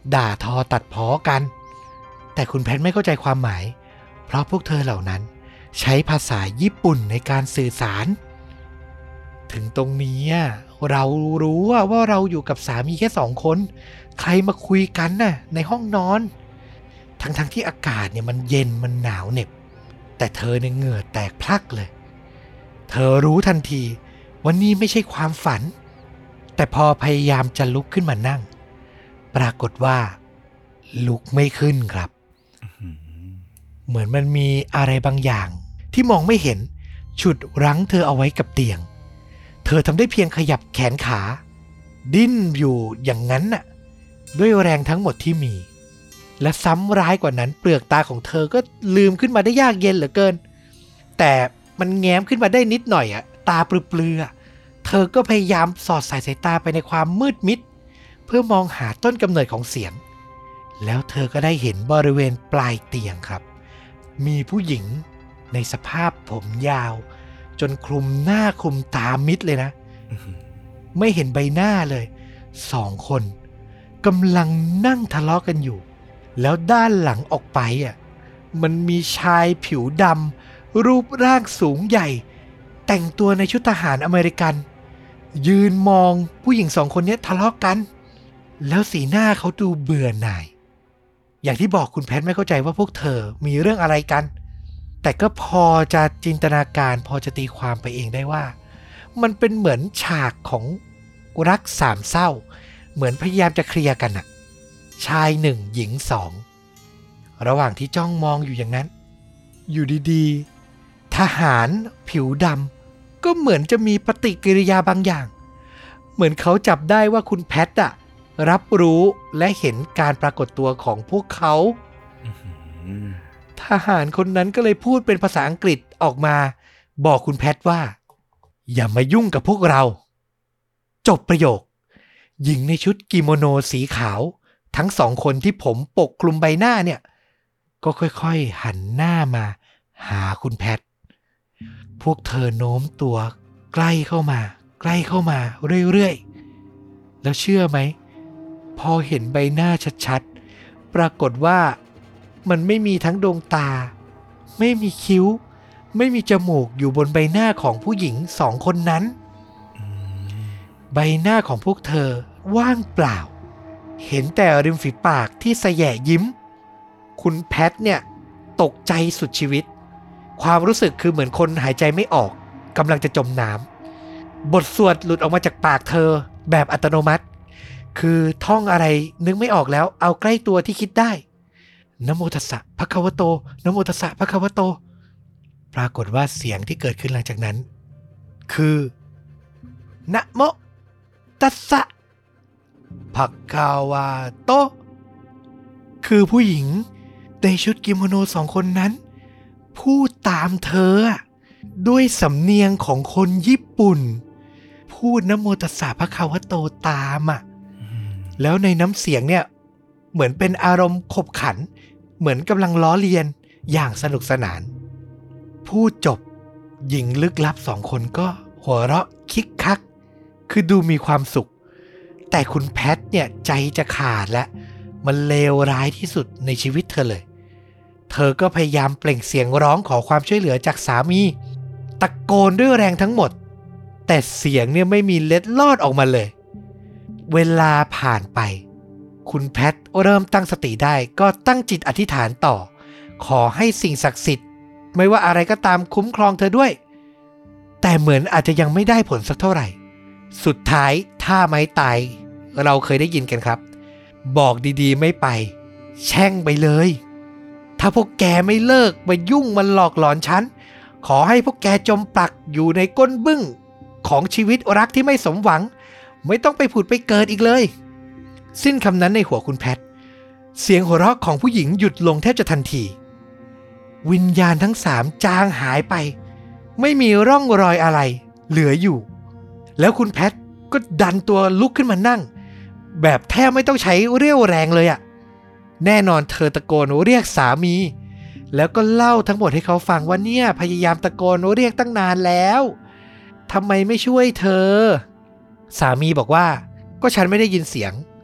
ด่าทอตัดพ้อกันแต่คุณแพทไม่เข้าใจความหมายเพราะพวกเธอเหล่านั้นใช้ภาษาญี่ปุ่นในการสื่อสารถึงตรงนี้เรารู้ว่าว่าเราอยู่กับสามีแค่สองคนใครมาคุยกันน่ะในห้องนอนทั้งๆ ท, ที่อากาศเนี่ยมันเย็นมันหนาวเหน็บแต่เธอเนี่ยเหงื่อแตกพลักเลยเธอรู้ทันทีว่านี่ไม่ใช่ความฝันแต่พอพยายามจะลุกขึ้นมานั่งปรากฏว่าลุกไม่ขึ้นครับเหมือนมันมีอะไรบางอย่างที่มองไม่เห็นฉุดรั้งเธอเอาไว้กับเตียงเธอทำได้เพียงขยับแขนขาดิ้นอยู่อย่างนั้นน่ะด้วยแรงทั้งหมดที่มีและซ้ำร้ายกว่านั้นเปลือกตาของเธอก็ลืมขึ้นมาได้ยากเย็นเหลือเกินแต่มันแง้มขึ้นมาได้นิดหน่อยอะตาปลือๆเธอก็พยายามสอดสายสายตาไปในความมืดมิดเพื่อมองหาต้นกำเนิดของเสียงแล้วเธอก็ได้เห็นบริเวณปลายเตียงครับมีผู้หญิงในสภาพผมยาวจนคลุมหน้าคลุมตามิดเลยนะ ไม่เห็นใบหน้าเลยสองคนกำลังนั่งทะเลาะกันอยู่แล้วด้านหลังออกไปอ่ะมันมีชายผิวดำรูปร่างสูงใหญ่แต่งตัวในชุดทหารอเมริกันยืนมองผู้หญิงสองคนนี้ทะเลาะกันแล้วสีหน้าเขาดูเบื่อหน่ายอย่างที่บอกคุณแพทไม่เข้าใจว่าพวกเธอมีเรื่องอะไรกันแต่ก็พอจะจินตนาการพอจะตีความไปเองได้ว่ามันเป็นเหมือนฉากของรักสามเศร้าเหมือนพยายามจะเคลียร์กันน่ะชายหนึ่งหญิงสองระหว่างที่จ้องมองอยู่อย่างนั้นอยู่ดีๆทหารผิวดำก็เหมือนจะมีปฏิกิริยาบางอย่างเหมือนเขาจับได้ว่าคุณแพทอะรับรู้และเห็นการปรากฏตัวของพวกเขาทหารคนนั้นก็เลยพูดเป็นภาษาอังกฤษออกมาบอกคุณแพทว่าอย่ามายุ่งกับพวกเราจบประโยคหญิงในชุดกิโมโนสีขาวทั้งสองคนที่ผมปกคลุมใบหน้าเนี่ยก็ค่อยๆหันหน้ามาหาคุณแพทพวกเธอโน้มตัวใกล้เข้ามาใกล้เข้ามาเรื่อยๆแล้วเชื่อไหมพอเห็นใบหน้าชัดๆปรากฏว่ามันไม่มีทั้งดวงตาไม่มีคิ้วไม่มีจมูกอยู่บนใบหน้าของผู้หญิงสองคนนั้นใบหน้าของพวกเธอว่างเปล่าเห็นแต่ริมฝีปากที่แสยะยิ้มคุณแพทเนี่ยตกใจสุดชีวิตความรู้สึกคือเหมือนคนหายใจไม่ออกกำลังจะจมน้ำบทสวดหลุดออกมาจากปากเธอแบบอัตโนมัติคือท่องอะไรนึกไม่ออกแล้วเอาใกล้ตัวที่คิดได้นะโมตัสสะภะคะวะโตนะโมตัสสะภะคะวะโตปรากฏว่าเสียงที่เกิดขึ้นหลังจากนั้นคือนะโมตัสสะภะคะวะโตคือผู้หญิงในชุดกิโมโนสองคนนั้นพูดตามเธอด้วยสำเนียงของคนญี่ปุ่นพูดนะโมตัสสะภะคะวะโตตามอ่ะแล้วในน้ำเสียงเนี่ยเหมือนเป็นอารมณ์ขบขันเหมือนกำลังล้อเลียนอย่างสนุกสนานพูดจบหญิงลึกลับสองคนก็หัวเราะคิกคักคือดูมีความสุขแต่คุณแพทเนี่ยใจจะขาดและมันเลวร้ายที่สุดในชีวิตเธอเลยเธอก็พยายามเปล่งเสียงร้องขอความช่วยเหลือจากสามีตะโกนด้วยแรงทั้งหมดแต่เสียงเนี่ยไม่มีเล็ดลอดออกมาเลยเวลาผ่านไปคุณแพทเริ่มตั้งสติได้ก็ตั้งจิตอธิษฐานต่อขอให้สิ่งศักดิ์สิทธิ์ไม่ว่าอะไรก็ตามคุ้มครองเธอด้วยแต่เหมือนอาจจะยังไม่ได้ผลสักเท่าไหร่สุดท้ายท่าไม้ตายเราเคยได้ยินกันครับบอกดีๆไม่ไปแช่งไปเลยถ้าพวกแกไม่เลิกมายุ่งมันหลอกหลอนฉันขอให้พวกแกจมปลักอยู่ในก้นบึ้งของชีวิตรักที่ไม่สมหวังไม่ต้องไปผุดไปเกิดอีกเลยสิ้นคำนั้นในหัวคุณแพทเสียงหัวเราะของผู้หญิงหยุดลงแทบจะทันทีวิญญาณทั้งสามจางหายไปไม่มีร่องรอยอะไรเหลืออยู่แล้วคุณแพทก็ดันตัวลุกขึ้นมานั่งแบบแทบไม่ต้องใช้เรี่ยวแรงเลยอะแน่นอนเธอตะโกนเรียกสามีแล้วก็เล่าทั้งหมดให้เขาฟังว่าเนี่ยพยายามตะโกนเรียกตั้งนานแล้วทำไมไม่ช่วยเธอสามีบอกว่าก็ฉันไม่ได้ยินเสียง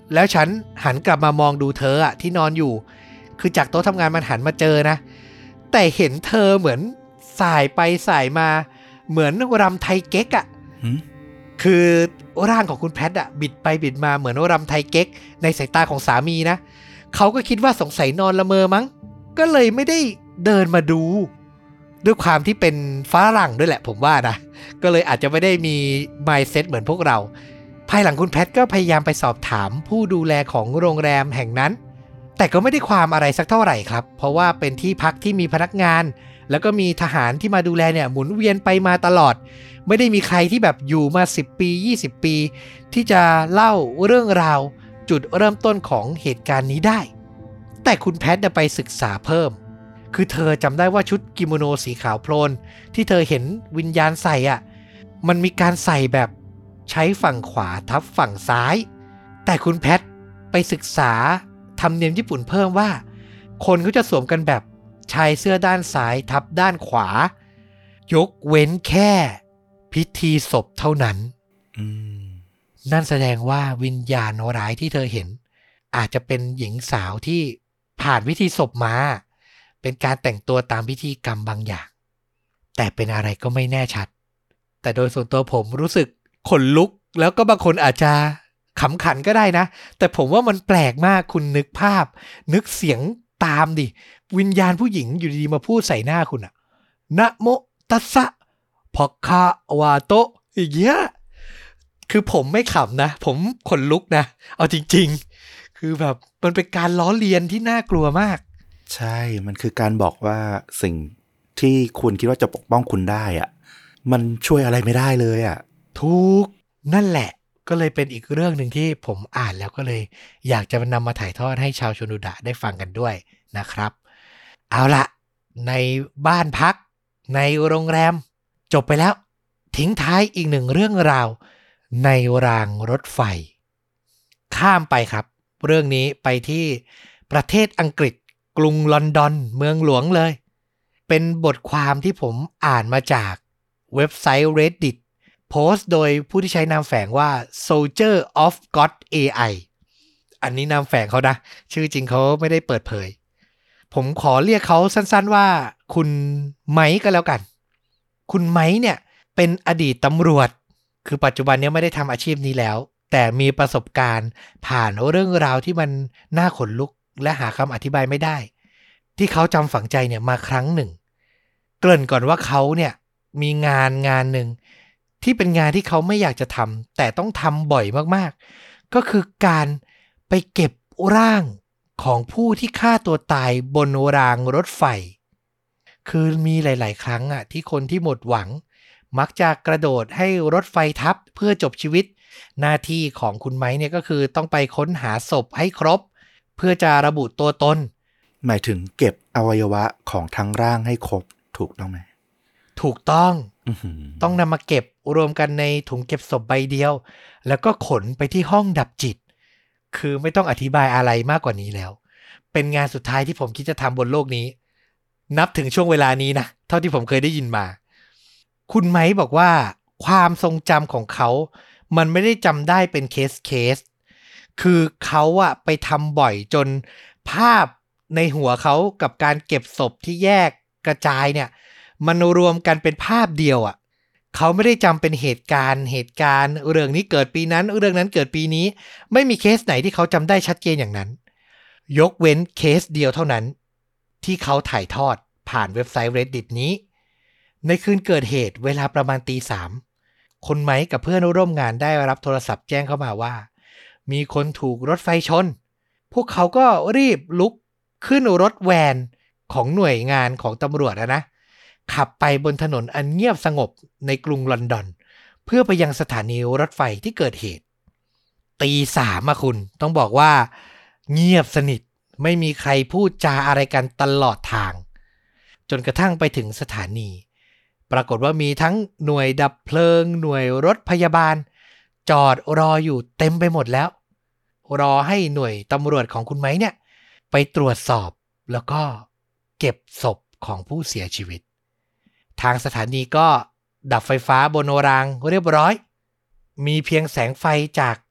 แล้วฉันหันกลับมามองดูเธออะที่นอนอยู่คือจากโต๊ะทำงานมันหันมาเจอนะแต่เห็นเธอเหมือนสายไปสายมาเหมือนรำไทยเก๊กอะคือร่างของคุณแพทอะบิดไปบิดมาเหมือนรำไทยเก๊กในสายตาของสามีนะเขาก็คิดว่าสงสัยนอนละเมอมั้งก็เลยไม่ได้เดินมาดูด้วยความที่เป็นฝรั่งด้วยแหละผมว่านะก็เลยอาจจะไม่ได้มี mindset เหมือนพวกเราภายหลังคุณแพทก็พยายามไปสอบถามผู้ดูแลของโรงแรมแห่งนั้นแต่ก็ไม่ได้ความอะไรสักเท่าไหร่ครับเพราะว่าเป็นที่พักที่มีพนักงานแล้วก็มีทหารที่มาดูแลเนี่ยหมุนเวียนไปมาตลอดไม่ได้มีใครที่แบบอยู่มาสิบปียี่สิบปีที่จะเล่าเรื่องราวจุดเริ่มต้นของเหตุการณ์นี้ได้แต่คุณแพทย์ไปศึกษาเพิ่มคือเธอจำได้ว่าชุดกิโมโนสีขาวโพลนที่เธอเห็นวิญญาณใส่อ่ะมันมีการใส่แบบใช้ฝั่งขวาทับฝั่งซ้ายแต่คุณแพทย์ไปศึกษาธรรมเนียมญี่ปุ่นเพิ่มว่าคนเขาจะสวมกันแบบชายเสื้อด้านซ้ายทับด้านขวายกเว้นแค่พิธีศพเท่านั้นนั่นแสดงว่าวิญญาณร้ายที่เธอเห็นอาจจะเป็นหญิงสาวที่ผ่านพิธีศพมาเป็นการแต่งตัวตามพิธีกรรมบางอย่างแต่เป็นอะไรก็ไม่แน่ชัดแต่โดยส่วนตัวผมรู้สึกขนลุกแล้วก็บางคนอาจจะขำขันก็ได้นะแต่ผมว่ามันแปลกมากคุณนึกภาพนึกเสียงตามดิวิญญาณผู้หญิงอยู่ดีๆมาพูดใส่หน้าคุณอะนะโมตัสสะภะคะวะโตอย่างเงี้ยคือผมไม่ขำนะผมขนลุกนะเอาจริงๆคือแบบมันเป็นการล้อเลียนที่น่ากลัวมากใช่มันคือการบอกว่าสิ่งที่คุณคิดว่าจะปกป้องคุณได้อะมันช่วยอะไรไม่ได้เลยอะถูกนั่นแหละก็เลยเป็นอีกเรื่องหนึ่งที่ผมอ่านแล้วก็เลยอยากจะนำมาถ่ายทอดให้ชาวชนุดะได้ฟังกันด้วยนะครับเอาละในบ้านพักในโรงแรมจบไปแล้วทิ้งท้ายอีกหนึ่งเรื่องราวในรางรถไฟข้ามไปครับเรื่องนี้ไปที่ประเทศอังกฤษกรุงลอนดอนเมืองหลวงเลยเป็นบทความที่ผมอ่านมาจากเว็บไซต์ Reddit โพสต์โดยผู้ที่ใช้นามแฝงว่า Soldier of God เอ ไอ อันนี้นามแฝงเขานะชื่อจริงเขาไม่ได้เปิดเผยผมขอเรียกเขาสั้นๆว่าคุณไมค์ก็แล้วกันคุณไมค์เนี่ยเป็นอดีตตำรวจคือปัจจุบันนี้ไม่ได้ทำอาชีพนี้แล้วแต่มีประสบการณ์ผ่านเรื่องราวที่มันน่าขนลุกและหาคำอธิบายไม่ได้ที่เขาจำฝังใจเนี่ยมาครั้งหนึ่งเกริ่นก่อนว่าเขาเนี่ยมีงานงานหนึ่งที่เป็นงานที่เขาไม่อยากจะทำแต่ต้องทำบ่อยมากๆก็คือการไปเก็บร่างของผู้ที่ฆ่าตัวตายบนรางรถไฟคือมีหลายๆครั้งอ่ะที่คนที่หมดหวังมักจะกระโดดให้รถไฟทับเพื่อจบชีวิตหน้าที่ของคุณไม้เนี่ยก็คือต้องไปค้นหาศพให้ครบเพื่อจะระบุตัวตนหมายถึงเก็บอวัยวะของทั้งร่างให้ครบถูกต้องไหมถูกต้อง ต้องนำมาเก็บรวมกันในถุงเก็บศพใบเดียวแล้วก็ขนไปที่ห้องดับจิตคือไม่ต้องอธิบายอะไรมากกว่านี้แล้วเป็นงานสุดท้ายที่ผมคิดจะทำบนโลกนี้นับถึงช่วงเวลานี้นะเท่าที่ผมเคยได้ยินมาคุณไม้บอกว่าความทรงจำของเขามันไม่ได้จำได้เป็นเคสเคสคือเขาอะไปทำบ่อยจนภาพในหัวเขากับการเก็บศพที่แยกกระจายเนี่ยมันรวมกันเป็นภาพเดียวอะเขาไม่ได้จำเป็นเหตุการณ์เหตุการณ์เรื่องนี้เกิดปีนั้นเรื่องนั้นเกิดปีนี้ไม่มีเคสไหนที่เขาจำได้ชัดเจนอย่างนั้นยกเว้นเคสเดียวเท่านั้นที่เขาถ่ายทอดผ่านเว็บไซต์ Reddit นี้ในคืนเกิดเหตุเวลาประมาณตีสามคนไม้กับเพื่อนร่วมงานได้รับโทรศัพท์แจ้งเข้ามาว่ามีคนถูกรถไฟชนพวกเขาก็รีบลุกขึ้นรถแวนของหน่วยงานของตำรวจนะขับไปบนถนนอันเงียบสงบในกรุงลอนดอนเพื่อไปยังสถานีรถไฟที่เกิดเหตุตีสามอะคุณต้องบอกว่าเงียบสนิทไม่มีใครพูดจาอะไรกันตลอดทางจนกระทั่งไปถึงสถานีปรากฏว่ามีทั้งหน่วยดับเพลิงหน่วยรถพยาบาลจอดรออยู่เต็มไปหมดแล้วรอให้หน่วยตำรวจของคุณไม้เนี่ยไปตรวจสอบแล้วก็เก็บศพของผู้เสียชีวิตทางสถานีก็ดับไฟฟ้าบนรางเรียบร้อยมีเพียงแสงไฟจาก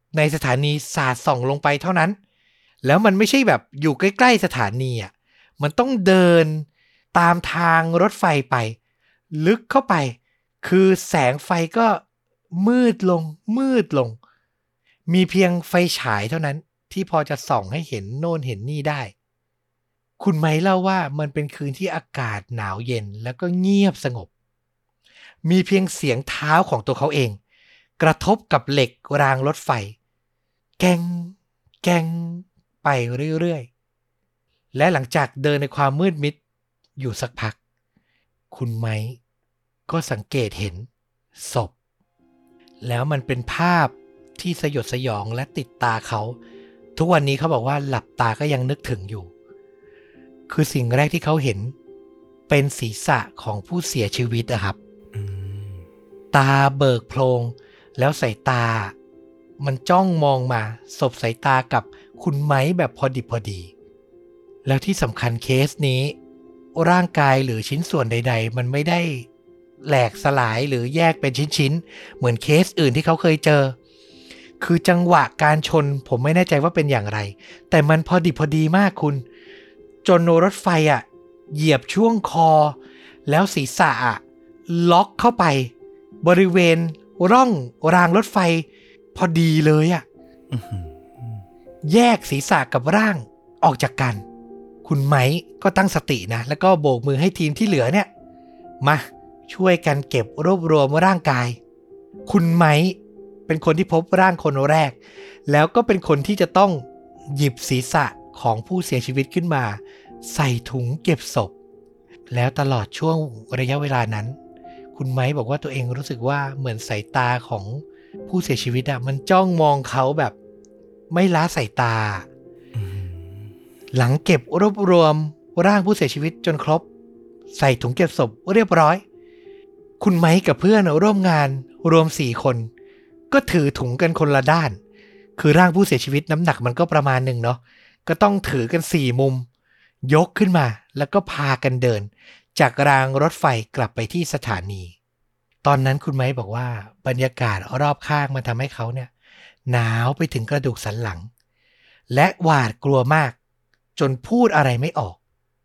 ในสถานีสาดส่องลงไปเท่านั้นแล้วมันไม่ใช่แบบอยู่ใกล้ๆสถานีอ่ะมันต้องเดินตามทางรถไฟไปลึกเข้าไปคือแสงไฟก็มืดลงมืดลงมีเพียงไฟฉายเท่านั้นที่พอจะส่องให้เห็นโน่นเห็นนี่ได้คุณไมค์เล่าว่ามันเป็นคืนที่อากาศหนาวเย็นแล้วก็เงียบสงบมีเพียงเสียงเท้าของตัวเขาเองกระทบกับเหล็กรางรถไฟแกงแกงไปเรื่อยๆและหลังจากเดินในความมืดมิดอยู่สักพักคุณไมค์ก็สังเกตเห็นศพแล้วมันเป็นภาพที่สยดสยองและติดตาเขาทุกวันนี้เขาบอกว่าหลับตาก็ยังนึกถึงอยู่คือสิ่งแรกที่เขาเห็นเป็นศีรษะของผู้เสียชีวิตนะครับตาเบิกโพลงแล้วสายตามันจ้องมองมาสบสายตากับคุณไม้แบบพอดิบพอดีแล้วที่สำคัญเคสนี้ร่างกายหรือชิ้นส่วนใดๆมันไม่ได้แหลกสลายหรือแยกเป็นชิ้นๆเหมือนเคสอื่นที่เขาเคยเจอคือจังหวะการชนผมไม่แน่ใจว่าเป็นอย่างไรแต่มันพอดิบพอดีมากคุณจนรถไฟอ่ะเหยียบช่วงคอแล้วศีรษะอ่ะล็อกเข้าไปบริเวณร่องรางรถไฟพอดีเลยอ่ะแยกศีรษะกับร่างออกจากกันคุณไม้ก็ตั้งสตินะแล้วก็โบกมือให้ทีมที่เหลือเนี่ยมาช่วยกันเก็บรวบรวมร่างกายคุณไม้เป็นคนที่พบร่างคนแรกแล้วก็เป็นคนที่จะต้องหยิบศีรษะของผู้เสียชีวิตขึ้นมาใส่ถุงเก็บศพแล้วตลอดช่วงระยะเวลานั้นคุณไม้บอกว่าตัวเองรู้สึกว่าเหมือนสายตาของผู้เสียชีวิตอะมันจ้องมองเขาแบบไม่ละสายตาหลังเก็บรวบรวมร่างผู้เสียชีวิตจนครบใส่ถุงเก็บศพเรียบร้อยคุณไม้กับเพื่อนร่วมงานรวมสี่คนก็ถือถุงกันคนละด้านคือร่างผู้เสียชีวิตน้ำหนักมันก็ประมาณหนึ่งเนาะก็ต้องถือกันสี่มุมยกขึ้นมาแล้วก็พากันเดินจากรางรถไฟกลับไปที่สถานีตอนนั้นคุณไม้บอกว่าบรรยากาศรอบข้างมันทำให้เขาเนี่ยหนาวไปถึงกระดูกสันหลังและหวาดกลัวมากจนพูดอะไรไม่ออก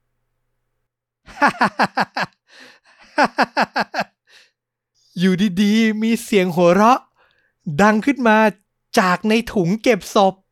อยู่ดีๆมีเสียงหัวเราะดังขึ้นมาจากในถุงเก็บศพ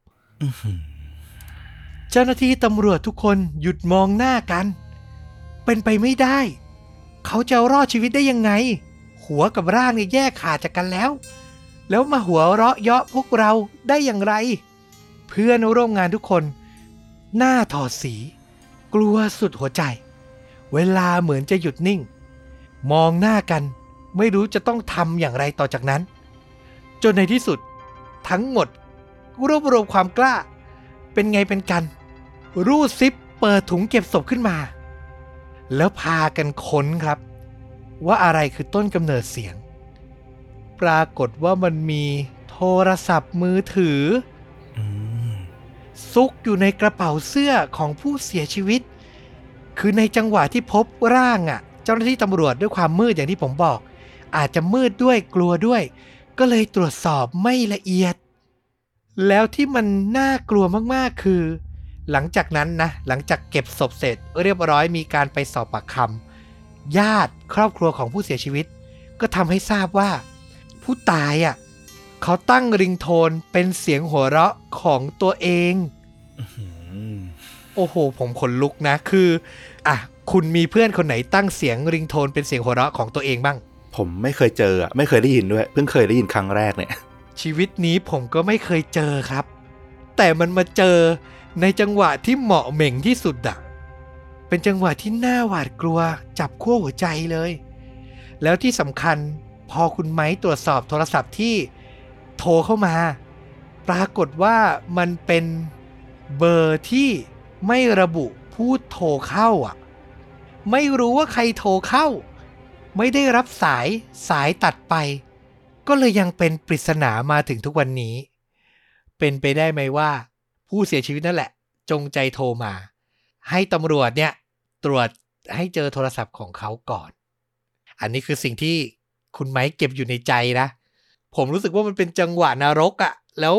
เจ้าหน้าที่ตำรวจทุกคนหยุดมองหน้ากันเป็นไปไม่ได้เขาจะรอดชีวิตได้ยังไงหัวกับร่างเนี่ยแยกขาดจากกันแล้วแล้วมาหัวเราะเยาะพวกเราได้อย่างไรเพื่อนร่วมงานทุกคนหน้าถอดสีกลัวสุดหัวใจเวลาเหมือนจะหยุดนิ่งมองหน้ากันไม่รู้จะต้องทำอย่างไรต่อจากนั้นจนในที่สุดทั้งหมดรวบรวมความกล้าเป็นไงเป็นกันรูดซิปเปิดถุงเก็บศพขึ้นมาแล้วพากันค้นครับว่าอะไรคือต้นกำเนิดเสียงปรากฏว่ามันมีโทรศัพท์มือถือซุกอยู่ในกระเป๋าเสื้อของผู้เสียชีวิตคือในจังหวะที่พบร่างอ่ะเจ้าหน้าที่ตำรวจด้วยความมืดอย่างที่ผมบอกอาจจะมืดด้วยกลัวด้วยก็เลยตรวจสอบไม่ละเอียดแล้วที่มันน่ากลัวมากๆคือหลังจากนั้นนะหลังจากเก็บศพเสร็จเรียบร้อยมีการไปสอบปากคำญาติครอบครัวของผู้เสียชีวิตก็ทำให้ทราบว่าผู้ตายอ่ะเขาตั้งริงโทนเป็นเสียงหัวเราะของตัวเองโอ้โหผมขนลุกนะคืออ่ะคุณมีเพื่อนคนไหนตั้งเสียงริงโทนเป็นเสียงหัวเราะของตัวเองบ้างผมไม่เคยเจออ่ะไม่เคยได้ยินด้วยเพิ่งเคยได้ยินครั้งแรกเนี่ยชีวิตนี้ผมก็ไม่เคยเจอครับแต่มันมาเจอในจังหวะที่เหมาะเหม่งที่สุดอ่ะเป็นจังหวะที่น่าหวาดกลัวจับขั้วหัวใจเลยแล้วที่สำคัญพอคุณไม้ตรวจสอบโทรศัพท์ที่โทรเข้ามาปรากฏว่ามันเป็นเบอร์ที่ไม่ระบุผู้โทรเข้าอ่ะไม่รู้ว่าใครโทรเข้าไม่ได้รับสายสายตัดไปก็เลยยังเป็นปริศนามาถึงทุกวันนี้เป็นไปได้ไหมว่าผู้เสียชีวิตนั่นแหละจงใจโทรมาให้ตำรวจเนี่ยตรวจให้เจอโทรศัพท์ของเขาก่อนอันนี้คือสิ่งที่คุณไม้เก็บอยู่ในใจนะผมรู้สึกว่ามันเป็นจังหวะนรกอะแล้ว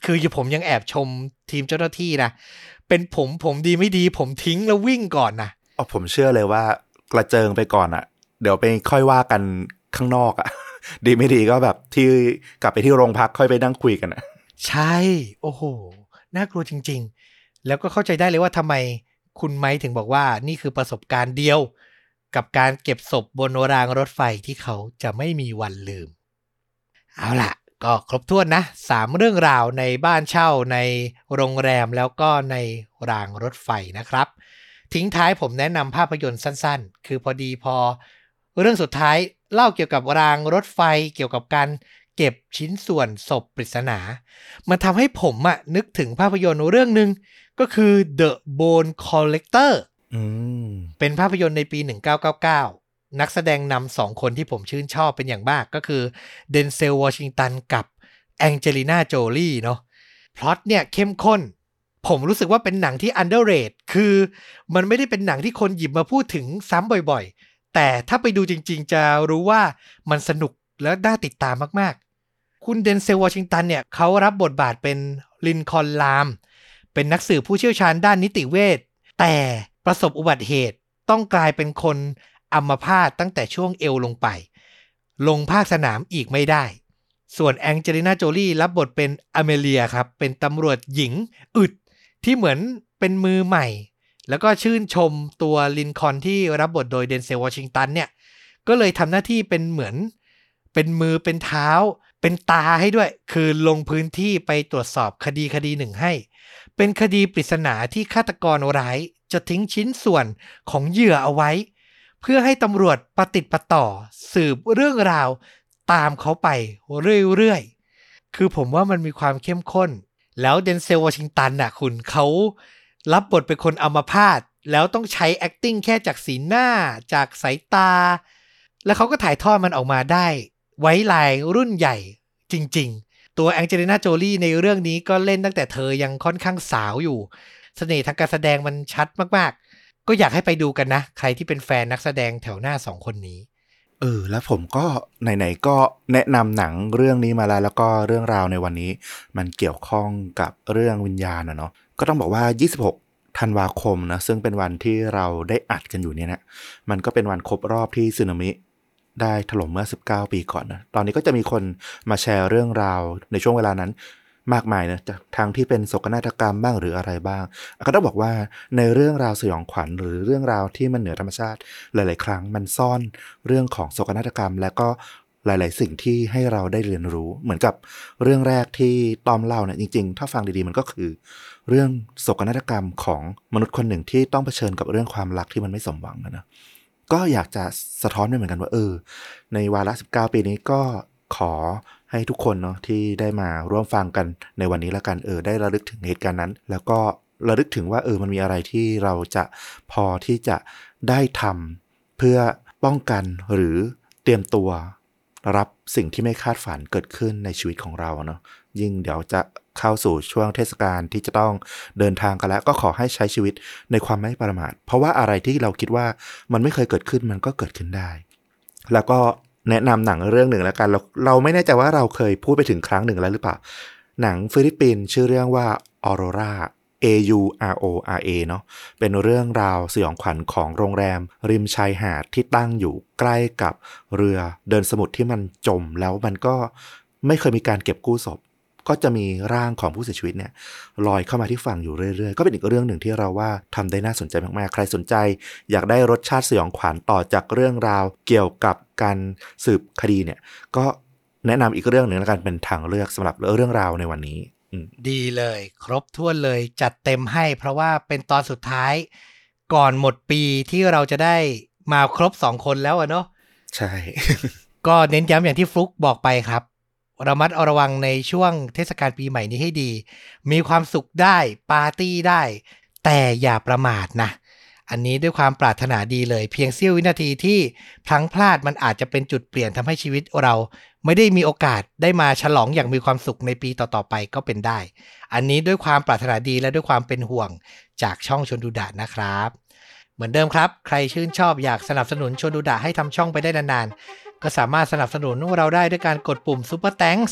คืออยู่ผมยังแอบชมทีมเจ้าหน้าที่นะเป็นผมผมดีไม่ดีผมทิ้งแล้ววิ่งก่อนนะอ๋อผมเชื่อเลยว่ากระเจิงไปก่อนอะเดี๋ยวไปค่อยว่ากันข้างนอกอะ ดีไม่ดีก็แบบที่กลับไปที่โรงพักค่อยไปนั่งคุยกันอะใช่โอ้โหน่ากลัวจริงๆแล้วก็เข้าใจได้เลยว่าทำไมคุณไม้ถึงบอกว่านี่คือประสบการณ์เดียวกับการเก็บศพบนรางรถไฟที่เขาจะไม่มีวันลืมเอาล่ะก็ครบถ้วนนะสามเรื่องราวในบ้านเช่าในโรงแรมแล้วก็ในรางรถไฟนะครับทิ้งท้ายผมแนะนำภาพยนตร์สั้นๆคือพอดีพอเรื่องสุดท้ายเล่าเกี่ยวกับรางรถไฟเกี่ยวกับการเก็บชิ้นส่วนศพปริศนามันทำให้ผมอะนึกถึงภาพยนตร์เรื่องนึงก็คือ The Bone Collector อืมเป็นภาพยนตร์ในปีหนึ่งพันเก้าร้อยเก้าสิบเก้านักแสดงนำสองคนที่ผมชื่นชอบเป็นอย่างมากก็คือเดนเซลวอชิงตันกับแองเจลิน่าโจลีเนาะพล็อตเนี่ยเข้มข้นผมรู้สึกว่าเป็นหนังที่ underrated คือมันไม่ได้เป็นหนังที่คนหยิบมาพูดถึงซ้ำบ่อยๆแต่ถ้าไปดูจริงๆจะรู้ว่ามันสนุกและน่าติดตามมากๆคุณเดนเซลวอชิงตันเนี่ยเขารับบทบาทเป็นลินคอล์นลามเป็นนักสืบผู้เชี่ยวชาญด้านนิติเวชแต่ประสบอุบัติเหตุต้องกลายเป็นคนอัมพาตตั้งแต่ช่วงเอวลงไปลงภาคสนามอีกไม่ได้ส่วนแองเจลิน่าโจลีรับบทเป็นอเมเลียครับเป็นตำรวจหญิงอึดที่เหมือนเป็นมือใหม่แล้วก็ชื่นชมตัวลินคอล์นที่รับบทโดยเดนเซลวอชิงตันเนี่ยก็เลยทำหน้าที่เป็นเหมือนเป็นมือเป็นเท้าเป็นตาให้ด้วยคือลงพื้นที่ไปตรวจสอบคดีคดีหนึ่งให้เป็นคดีปริศนาที่ฆาตกรร้ายจะทิ้งชิ้นส่วนของเหยื่อเอาไว้เพื่อให้ตำรวจประติดประต่อสืบเรื่องราวตามเขาไปเรื่อยๆคือผมว่ามันมีความเข้มข้นแล้วเดนเซลวอชิงตันน่ะคุณเขารับบทเป็นคนอัมพาตแล้วต้องใช้ acting แค่จากสีหน้าจากสายตาแล้วเขาก็ถ่ายทอดมันออกมาได้ไว้ลายรุ่นใหญ่จริงๆตัวแองเจลิน่าโจลีในเรื่องนี้ก็เล่นตั้งแต่เธอยังค่อนข้างสาวอยู่เสน่ห์ทางการแสดงมันชัดมากๆก็อยากให้ไปดูกันนะใครที่เป็นแฟนนักแสดงแถวหน้าสองคนนี้เออแล้วผมก็ไหนๆก็แนะนำหนังเรื่องนี้มาแล้วแล้วก็เรื่องราวในวันนี้มันเกี่ยวข้องกับเรื่องวิญญาณนะเนาะก็ต้องบอกว่ายี่สิบหกธันวาคมนะซึ่งเป็นวันที่เราได้อัดกันอยู่เนี่ยนะมันก็เป็นวันครบรอบที่สึนามิได้ถล่มเมื่อสิบเก้าปีก่อนนะตอนนี้ก็จะมีคนมาแชร์เรื่องราวในช่วงเวลานั้นมากมายนะทางที่เป็นโศกนาฏกรรมบ้างหรืออะไรบ้างก็ต้องบอกว่าในเรื่องราวสยองขวัญหรือเรื่องราวที่มันเหนือธรรมชาติหลายๆครั้งมันซ่อนเรื่องของโศกนาฏกรรมและก็หลายๆสิ่งที่ให้เราได้เรียนรู้เหมือนกับเรื่องแรกที่ต้อมเล่าเนี่ยจริงๆถ้าฟังดีๆมันก็คือเรื่องโศกนาฏกรรมของมนุษย์คนหนึ่งที่ต้องเผชิญกับเรื่องความรักที่มันไม่สมหวังนะก็อยากจะสะท้อนไปเหมือนกันว่าเออในวาระสิบเก้าปีนี้ก็ขอให้ทุกคนเนาะที่ได้มาร่วมฟังกันในวันนี้แล้วกันเออได้ระลึกถึงเหตุการณ์นั้นแล้วก็ระลึกถึงว่าเออมันมีอะไรที่เราจะพอที่จะได้ทำเพื่อป้องกันหรือเตรียมตัวรับสิ่งที่ไม่คาดฝันเกิดขึ้นในชีวิตของเราเนาะยิ่งเดี๋ยวจะเข้าสู่ช่วงเทศกาลที่จะต้องเดินทางกันแล้วก็ขอให้ใช้ชีวิตในความไม่ประมาทเพราะว่าอะไรที่เราคิดว่ามันไม่เคยเกิดขึ้นมันก็เกิดขึ้นได้แล้วก็แนะนำหนังเรื่องหนึ่งแล้วกันเราเราไม่แน่ใจว่าเราเคยพูดไปถึงครั้งหนึ่งแล้วหรือเปล่าหนังฟิลิปปินส์ชื่อเรื่องว่า Aurora A U R O R A เนาะเป็นเรื่องราวสยองขวัญของโรงแรมริมชายหาดที่ตั้งอยู่ใกล้กับเรือเดินสมุทรที่มันจมแล้วมันก็ไม่เคยมีการเก็บกู้ศพก็จะมีร่างของผู้เสียชีวิตเนี่ยลอยเข้ามาที่ฝั่งอยู่เรื่อยๆก็เป็นอีกเรื่องหนึ่งที่เราว่าทำได้น่าสนใจมากๆใครสนใจอยากได้รสชาติสยองขวัญต่อจากเรื่องราวเกี่ยวกับการสืบคดีเนี่ยก็แนะนำอีกเรื่องหนึ่งแล้วกันเป็นทางเลือกสำหรับเรื่องราวในวันนี้ดีเลยครบถ้วนเลยจัดเต็มให้เพราะว่าเป็นตอนสุดท้ายก่อนหมดปีที่เราจะได้มาครบสองคนแล้วอะเนาะใช่ก็เน้นย้ำอย่างที่ฟลุกบอกไปครับระมัดระวังในช่วงเทศกาลปีใหม่นี้ให้ดีมีความสุขได้ปาร์ตี้ได้แต่อย่าประมาทนะอันนี้ด้วยความปรารถนาดีเลยเพียงเสี้ยววินาทีที่พลั้งพลาดมันอาจจะเป็นจุดเปลี่ยนทำให้ชีวิตเราไม่ได้มีโอกาสได้มาฉลองอย่างมีความสุขในปีต่อๆไปก็เป็นได้อันนี้ด้วยความปรารถนาดีและด้วยความเป็นห่วงจากช่องชวนดูดะนะครับเหมือนเดิมครับใครชื่นชอบอยากสนับสนุนชวนดูดะให้ทำช่องไปได้นานๆก็สามารถสนับสนุนเราได้ด้วยการกดปุ่ม Super Thanks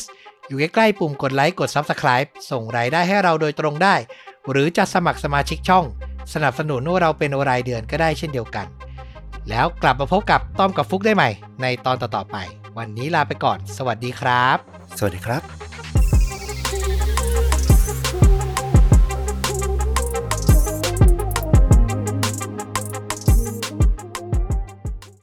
อยู่ใกล้ๆปุ่มกดไลค์กด ซับสไครบ์ ส่งรายได้ให้เราโดยตรงได้หรือจะสมัครสมาชิกช่องสนับสนุนเราเป็นรายเดือนก็ได้เช่นเดียวกันแล้วกลับมาพบกับต้อมกับฟุกได้ใหม่ในตอนต่อๆไปวันนี้ลาไปก่อนสวัสดีครับสวัสดีครับ